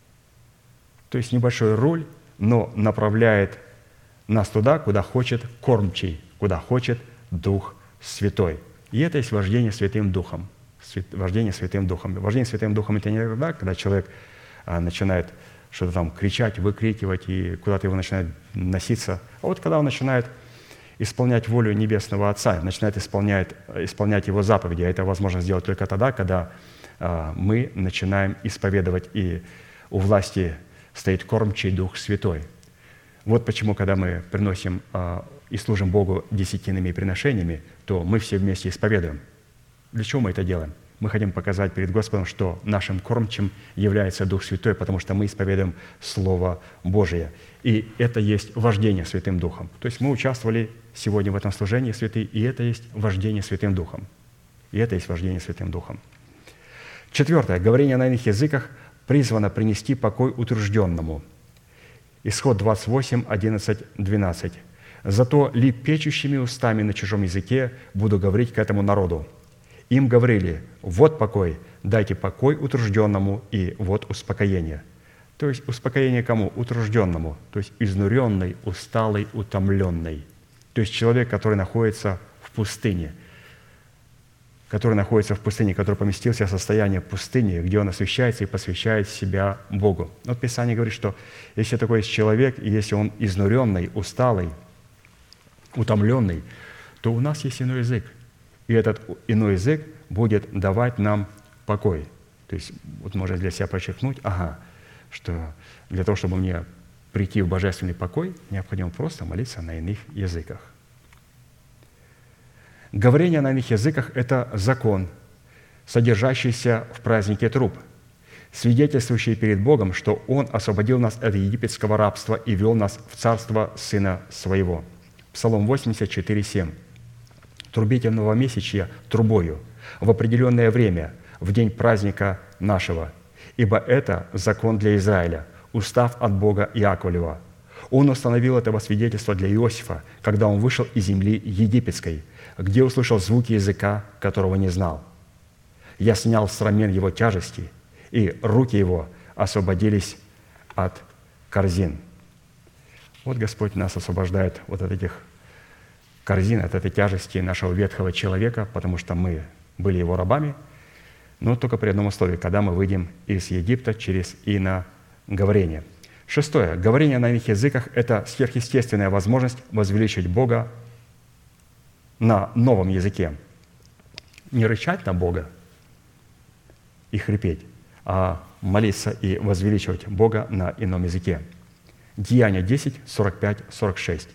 То есть небольшой руль, но направляет нас туда, куда хочет кормчий, куда хочет Дух Святой. И это есть вождение Святым Духом. Вождение Святым Духом. Вождение Святым Духом – это не тогда, когда человек а, начинает что-то там кричать, выкрикивать, и куда-то его начинает носиться. А вот когда он начинает исполнять волю Небесного Отца, начинает исполнять, исполнять Его заповеди, а это возможно сделать только тогда, когда а, мы начинаем исповедовать, и у власти стоит кормчий Дух Святой. Вот почему, когда мы приносим а, и служим Богу десятинными приношениями, то мы все вместе исповедуем. Для чего мы это делаем? Мы хотим показать перед Господом, что нашим кормчим является Дух Святой, потому что мы исповедуем Слово Божие. И это есть вождение Святым Духом. То есть мы участвовали сегодня в этом служении святые, и это есть вождение Святым Духом. И это есть вождение Святым Духом. Четвертое. Говорение на иных языках призвано принести покой утружденному. Исход двадцать восемь, одиннадцать, двенадцать. «Зато лепечущими устами на чужом языке буду говорить к этому народу. Им говорили: вот покой, дайте покой утружденному, и вот успокоение». То есть успокоение кому? Утружденному, то есть изнуренный, усталый, утомленный. То есть человек, который находится в пустыне, который находится в пустыне, который поместился в состояние пустыни, где он освящается и посвящает себя Богу. Вот Писание говорит, что если такой есть человек, и если он изнуренный, усталый, утомленный, то у нас есть иной язык. И этот иной язык будет давать нам покой. То есть вот можно для себя подчеркнуть, ага, что для того, чтобы мне прийти в божественный покой, необходимо просто молиться на иных языках. Говорение на иных языках – это закон, содержащийся в празднике труб, свидетельствующие перед Богом, что Он освободил нас от египетского рабства и вел нас в царство Сына Своего». Псалом восемьдесят четыре, семь. «Трубите в новомесячье трубою в определенное время, в день праздника нашего, ибо это закон для Израиля, устав от Бога Иаковлева. Он установил этого свидетельства для Иосифа, когда он вышел из земли египетской, где услышал звуки языка, которого не знал. Я снял с рамен его тяжести, и руки его освободились от корзин». Вот Господь нас освобождает вот от этих корзин, от этой тяжести нашего ветхого человека, потому что мы были его рабами, но только при одном условии, когда мы выйдем из Египта через иноговорение. Шестое. Говорение на иных языках – это сверхъестественная возможность возвеличить Бога на новом языке. Не рычать на Бога и хрипеть, а молиться и возвеличивать Бога на ином языке. Деяния десять, сорок пять, сорок шесть.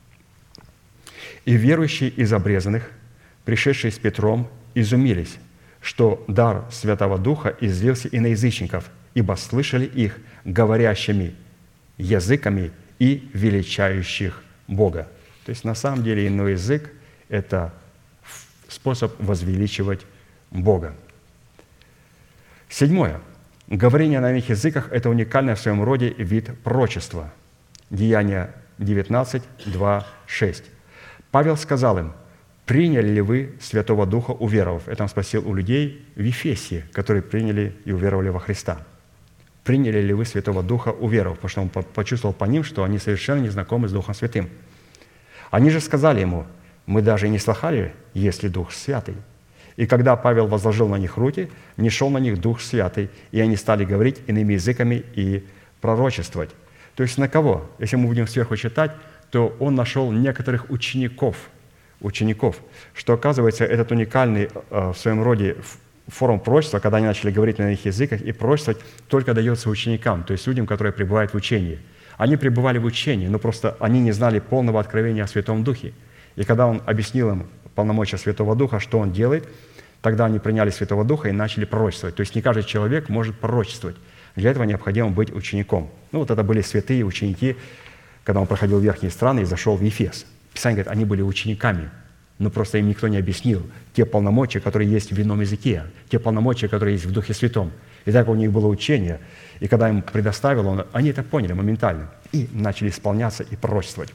«И верующие из обрезанных, пришедшие с Петром, изумились, что дар Святого Духа излился и на язычников, ибо слышали их говорящими языками и величающих Бога». То есть на самом деле иной язык – это способ возвеличивать Бога. Седьмое. Говорение на иных языках – это уникальный в своем роде вид пророчества. Деяния девятнадцать, два, шесть. Павел сказал им: «Приняли ли вы Святого Духа, уверовав?» Это он спросил у людей в Ефесе, которые приняли и уверовали во Христа. «Приняли ли вы Святого Духа, уверовав?» Потому что он почувствовал по ним, что они совершенно не знакомы с Духом Святым. Они же сказали ему: «Мы даже и не слыхали, есть ли Дух Святый». И когда Павел возложил на них руки, не шел на них Дух Святый, и они стали говорить иными языками и пророчествовать. То есть на кого? Если мы будем сверху читать, то он нашел некоторых учеников, учеников, что, оказывается, этот уникальный в своем роде форм пророчества, когда они начали говорить на иных языках и пророчествовать, только дается ученикам, то есть людям, которые пребывают в учении. Они пребывали в учении, но просто они не знали полного откровения о Святом Духе. И когда он объяснил им полномочия Святого Духа, что он делает, тогда они приняли Святого Духа и начали пророчествовать. То есть не каждый человек может пророчествовать. Для этого необходимо быть учеником. Ну вот это были святые ученики, когда он проходил верхние страны и зашел в Ефес. Писание говорит, они были учениками, но просто им никто не объяснил те полномочия, которые есть в ином языке, те полномочия, которые есть в Духе Святом. И так у них было учение, и когда им предоставил он, они это поняли моментально и начали исполняться и пророчествовать.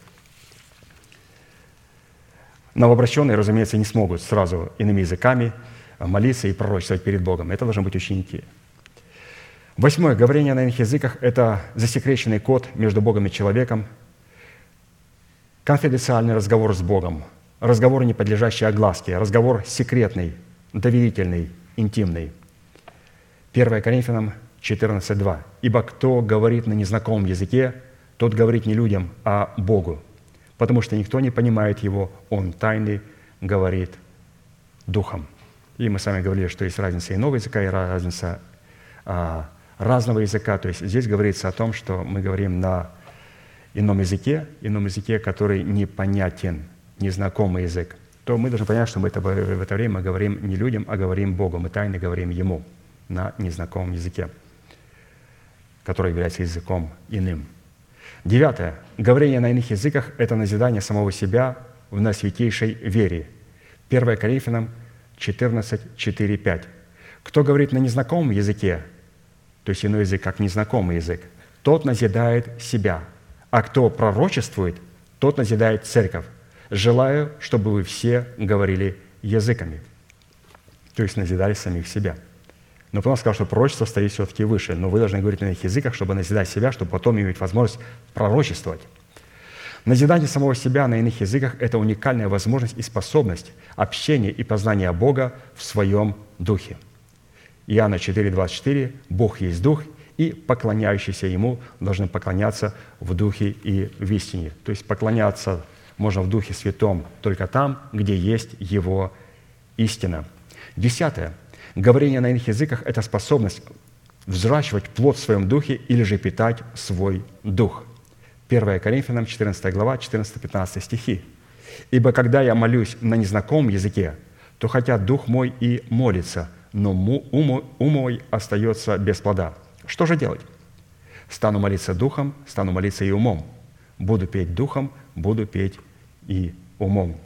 Новообращенные, разумеется, не смогут сразу иными языками молиться и пророчествовать перед Богом. Это должны быть ученики. Восьмое. Говорение на иных языках – это засекреченный код между Богом и человеком, конфиденциальный разговор с Богом, разговор, не подлежащий огласке, разговор секретный, доверительный, интимный. первое Коринфянам четырнадцать, два. «Ибо кто говорит на незнакомом языке, тот говорит не людям, а Богу, потому что никто не понимает его, он тайный говорит духом». И мы с вами говорили, что есть разница иного языка и разница а, разного языка. То есть здесь говорится о том, что мы говорим на ином языке, ином языке, который непонятен, незнакомый язык. То мы должны понять, что мы это, в это время мы говорим не людям, а говорим Богу. Мы тайно говорим Ему на незнакомом языке, который является языком иным. Девятое. Говорение на иных языках – это назидание самого себя в наисвятейшей вере. первое Коринфянам четырнадцать, четыре, пять. «Кто говорит на незнакомом языке, то есть иной язык, как незнакомый язык, тот назидает себя, а кто пророчествует, тот назидает церковь. Желаю, чтобы вы все говорили языками». То есть назидали самих себя. Но потом сказал, что пророчество стоит все-таки выше. Но вы должны говорить на иных языках, чтобы назидать себя, чтобы потом иметь возможность пророчествовать. Назидание самого себя на иных языках – это уникальная возможность и способность общения и познания Бога в своем духе. Иоанна четыре, двадцать четыре. «Бог есть дух, и поклоняющиеся Ему должны поклоняться в духе и в истине». То есть поклоняться можно в Духе Святом только там, где есть Его истина. Десятое. Говорение на иных языках – это способность взращивать плод в своем духе или же питать свой дух. первое Коринфянам четырнадцатая глава, четырнадцатый-пятнадцатый стихи. «Ибо когда я молюсь на незнакомом языке, то хотя дух мой и молится, но му- ум, ум мой остается без плода. Что же делать? Стану молиться духом, стану молиться и умом. Буду петь духом, буду петь и умом.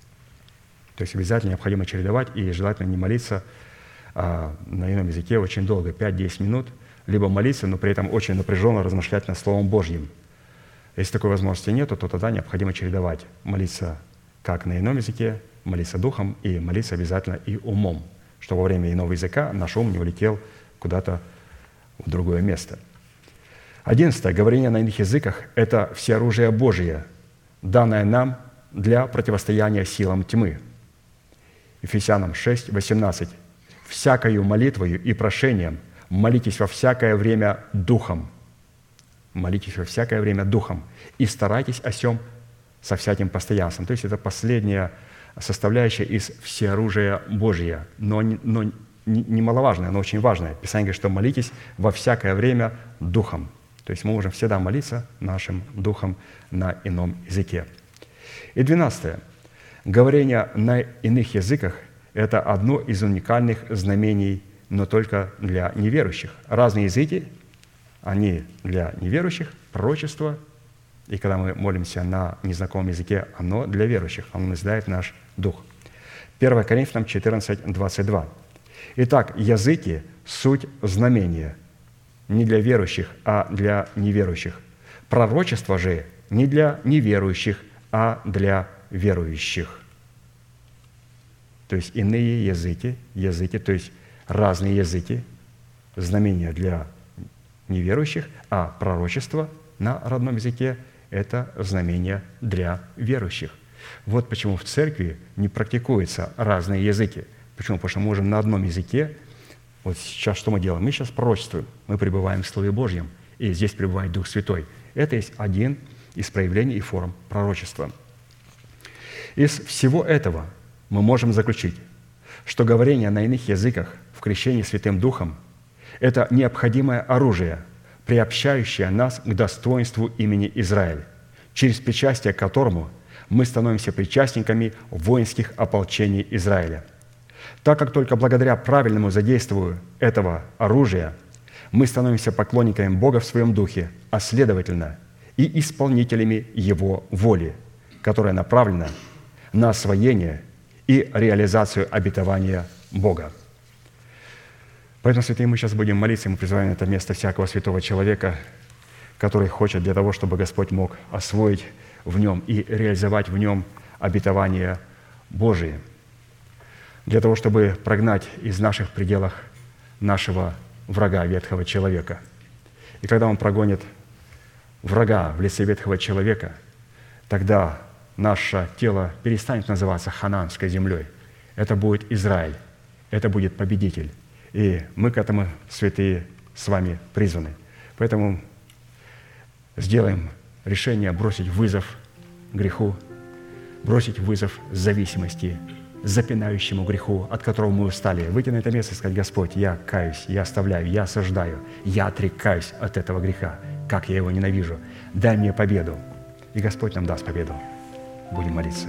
То есть обязательно необходимо чередовать и желательно не молиться а, на ином языке очень долго, пять-десять минут, либо молиться, но при этом очень напряженно размышлять над Словом Божьим. Если такой возможности нет, то тогда необходимо чередовать. Молиться как на ином языке, молиться духом и молиться обязательно и умом, чтобы во время иного языка наш ум не улетел куда-то в другое место. Одиннадцатое. Говорение на иных языках – это всеоружие Божие, данное нам для противостояния силам тьмы. Ефесянам шесть, восемнадцать. «Всякою молитвою и прошением молитесь во всякое время духом». Молитесь во всякое время духом. «И старайтесь о сем со всяким постоянством». То есть это последняя составляющая из всеоружия Божия, но, но немаловажная, но очень важная. Писание говорит, что молитесь во всякое время духом. То есть мы можем всегда молиться нашим духом на ином языке. И двенадцатое. Говорение на иных языках – это одно из уникальных знамений, но только для неверующих. Разные языки, они для неверующих, пророчество, и когда мы молимся на незнакомом языке, оно для верующих, оно назидает наш дух. первое Коринфянам четырнадцать, двадцать два. Итак, языки – суть знамения, не для верующих, а для неверующих. Пророчество же не для неверующих, а для верующих. То есть иные языки, языки, то есть разные языки, знамения для неверующих, а пророчество на родном языке – это знамение для верующих. Вот почему в церкви не практикуются разные языки. Почему? Потому что мы можем на одном языке, вот сейчас что мы делаем? Мы сейчас пророчествуем, мы пребываем в Слове Божьем, и здесь пребывает Дух Святой. Это есть один из проявлений и форм пророчества. Из всего этого мы можем заключить, что говорение на иных языках в крещении Святым Духом – это необходимое оружие, приобщающее нас к достоинству имени Израиль, через причастие к которому мы становимся причастниками воинских ополчений Израиля. Так как только благодаря правильному задействию этого оружия мы становимся поклонниками Бога в своем духе, а следовательно и исполнителями Его воли, которая направлена на освоение и реализацию обетования Бога. Поэтому, святые, мы сейчас будем молиться, и мы призываем на это место всякого святого человека, который хочет для того, чтобы Господь мог освоить в нем и реализовать в нем обетование Божие, для того, чтобы прогнать из наших пределов нашего врага, ветхого человека. И когда он прогонит врага в лице ветхого человека, тогда наше тело перестанет называться хананской землей. Это будет Израиль, это будет победитель. И мы к этому, святые, с вами призваны. Поэтому сделаем решение бросить вызов греху, бросить вызов зависимости, запинающему греху, от которого мы устали. Выйти на это место и сказать: Господь, я каюсь, я оставляю, я осуждаю, я отрекаюсь от этого греха, как я его ненавижу. Дай мне победу. И Господь нам даст победу. Будем молиться.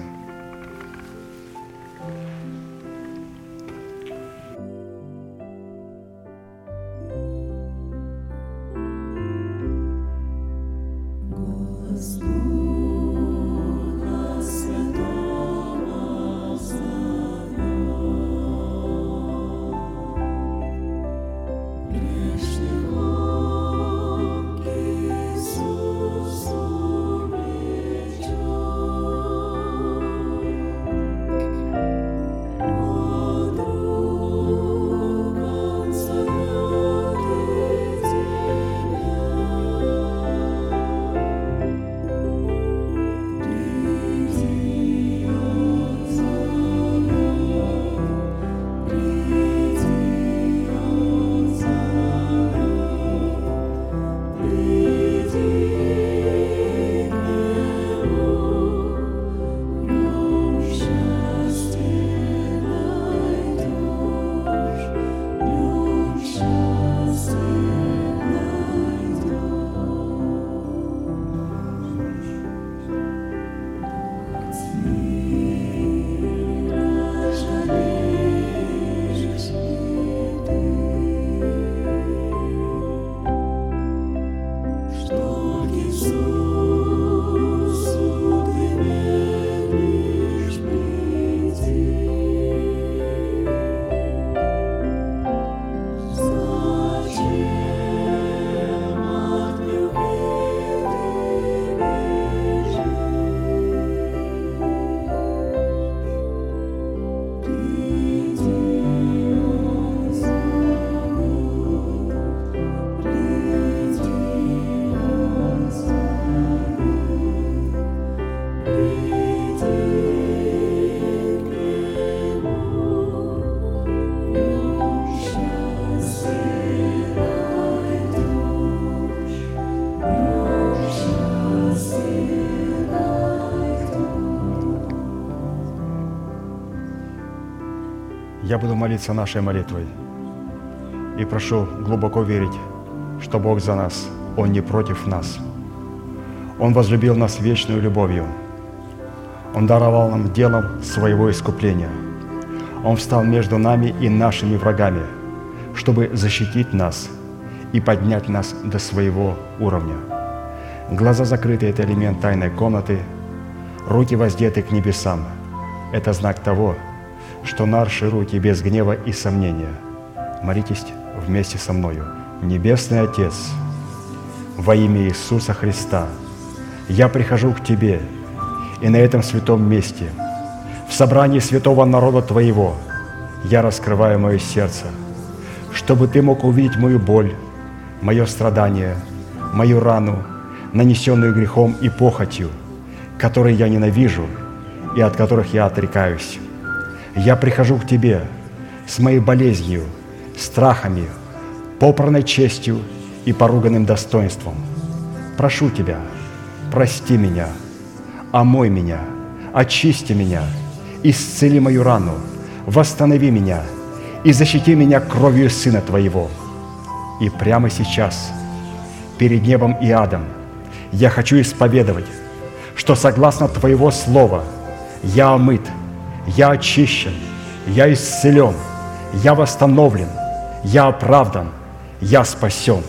Я буду молиться нашей молитвой и прошу глубоко верить, что Бог за нас, Он не против нас. Он возлюбил нас вечную любовью. Он даровал нам делом своего искупления. Он встал между нами и нашими врагами, чтобы защитить нас и поднять нас до своего уровня. Глаза закрыты – это элемент тайной комнаты, руки воздеты к небесам. Это знак того, что наши руки без гнева и сомнения. Молитесь вместе со мною. Небесный Отец, во имя Иисуса Христа, я прихожу к Тебе, и на этом святом месте, в собрании святого народа Твоего, я раскрываю мое сердце, чтобы Ты мог увидеть мою боль, мое страдание, мою рану, нанесенную грехом и похотью, которые я ненавижу и от которых я отрекаюсь. Я прихожу к Тебе с моей болезнью, страхами, попранной честью и поруганным достоинством. Прошу Тебя, прости меня, омой меня, очисти меня, исцели мою рану, восстанови меня и защити меня кровью Сына Твоего. И прямо сейчас, перед небом и адом, я хочу исповедовать, что согласно Твоего Слова я омыт, я очищен, я исцелен, я восстановлен, я оправдан, я спасен.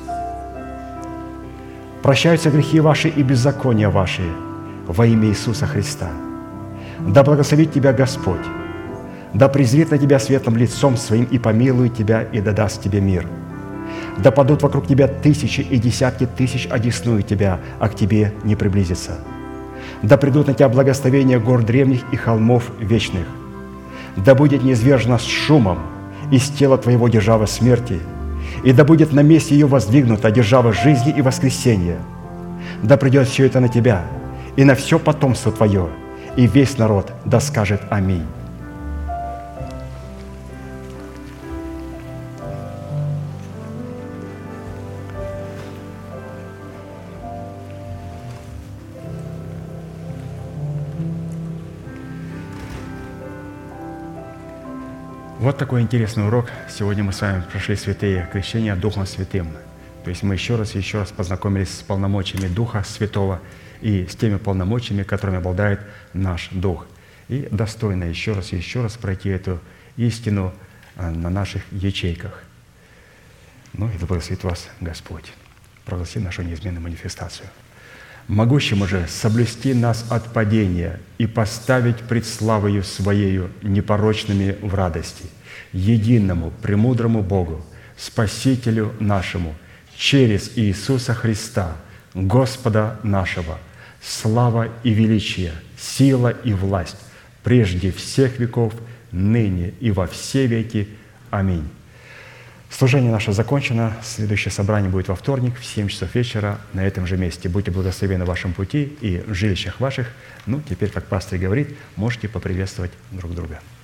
Прощаются грехи ваши и беззакония ваши во имя Иисуса Христа. Да благословит тебя Господь, да презрит на тебя светлым лицом Своим и помилует тебя, и да даст тебе мир. Да падут вокруг тебя тысячи и десятки тысяч, одесную тебя, а к тебе не приблизится. Да придут на тебя благословения гор древних и холмов вечных. Да будет низвержена с шумом из тела твоего держава смерти, и да будет на месте ее воздвигнута держава жизни и воскресения. Да придет все это на тебя и на все потомство твое, и весь народ да скажет аминь. Вот такой интересный урок. Сегодня мы с вами прошли святые крещения Духом Святым. То есть мы еще раз и еще раз познакомились с полномочиями Духа Святого и с теми полномочиями, которыми обладает наш Дух. И достойно еще раз и еще раз пройти эту истину на наших ячейках. Ну и да благословит вас Господь. Прогласи нашу неизменную манифестацию. Могущему же соблюсти нас от падения и поставить пред славою Своею непорочными в радости, единому, премудрому Богу, Спасителю нашему, через Иисуса Христа, Господа нашего, слава и величие, сила и власть, прежде всех веков, ныне и во все веки. Аминь. Служение наше закончено. Следующее собрание будет во вторник в семь часов вечера на этом же месте. Будьте благословены в вашем пути и в жилищах ваших. Ну, теперь, как пастор говорит, можете поприветствовать друг друга.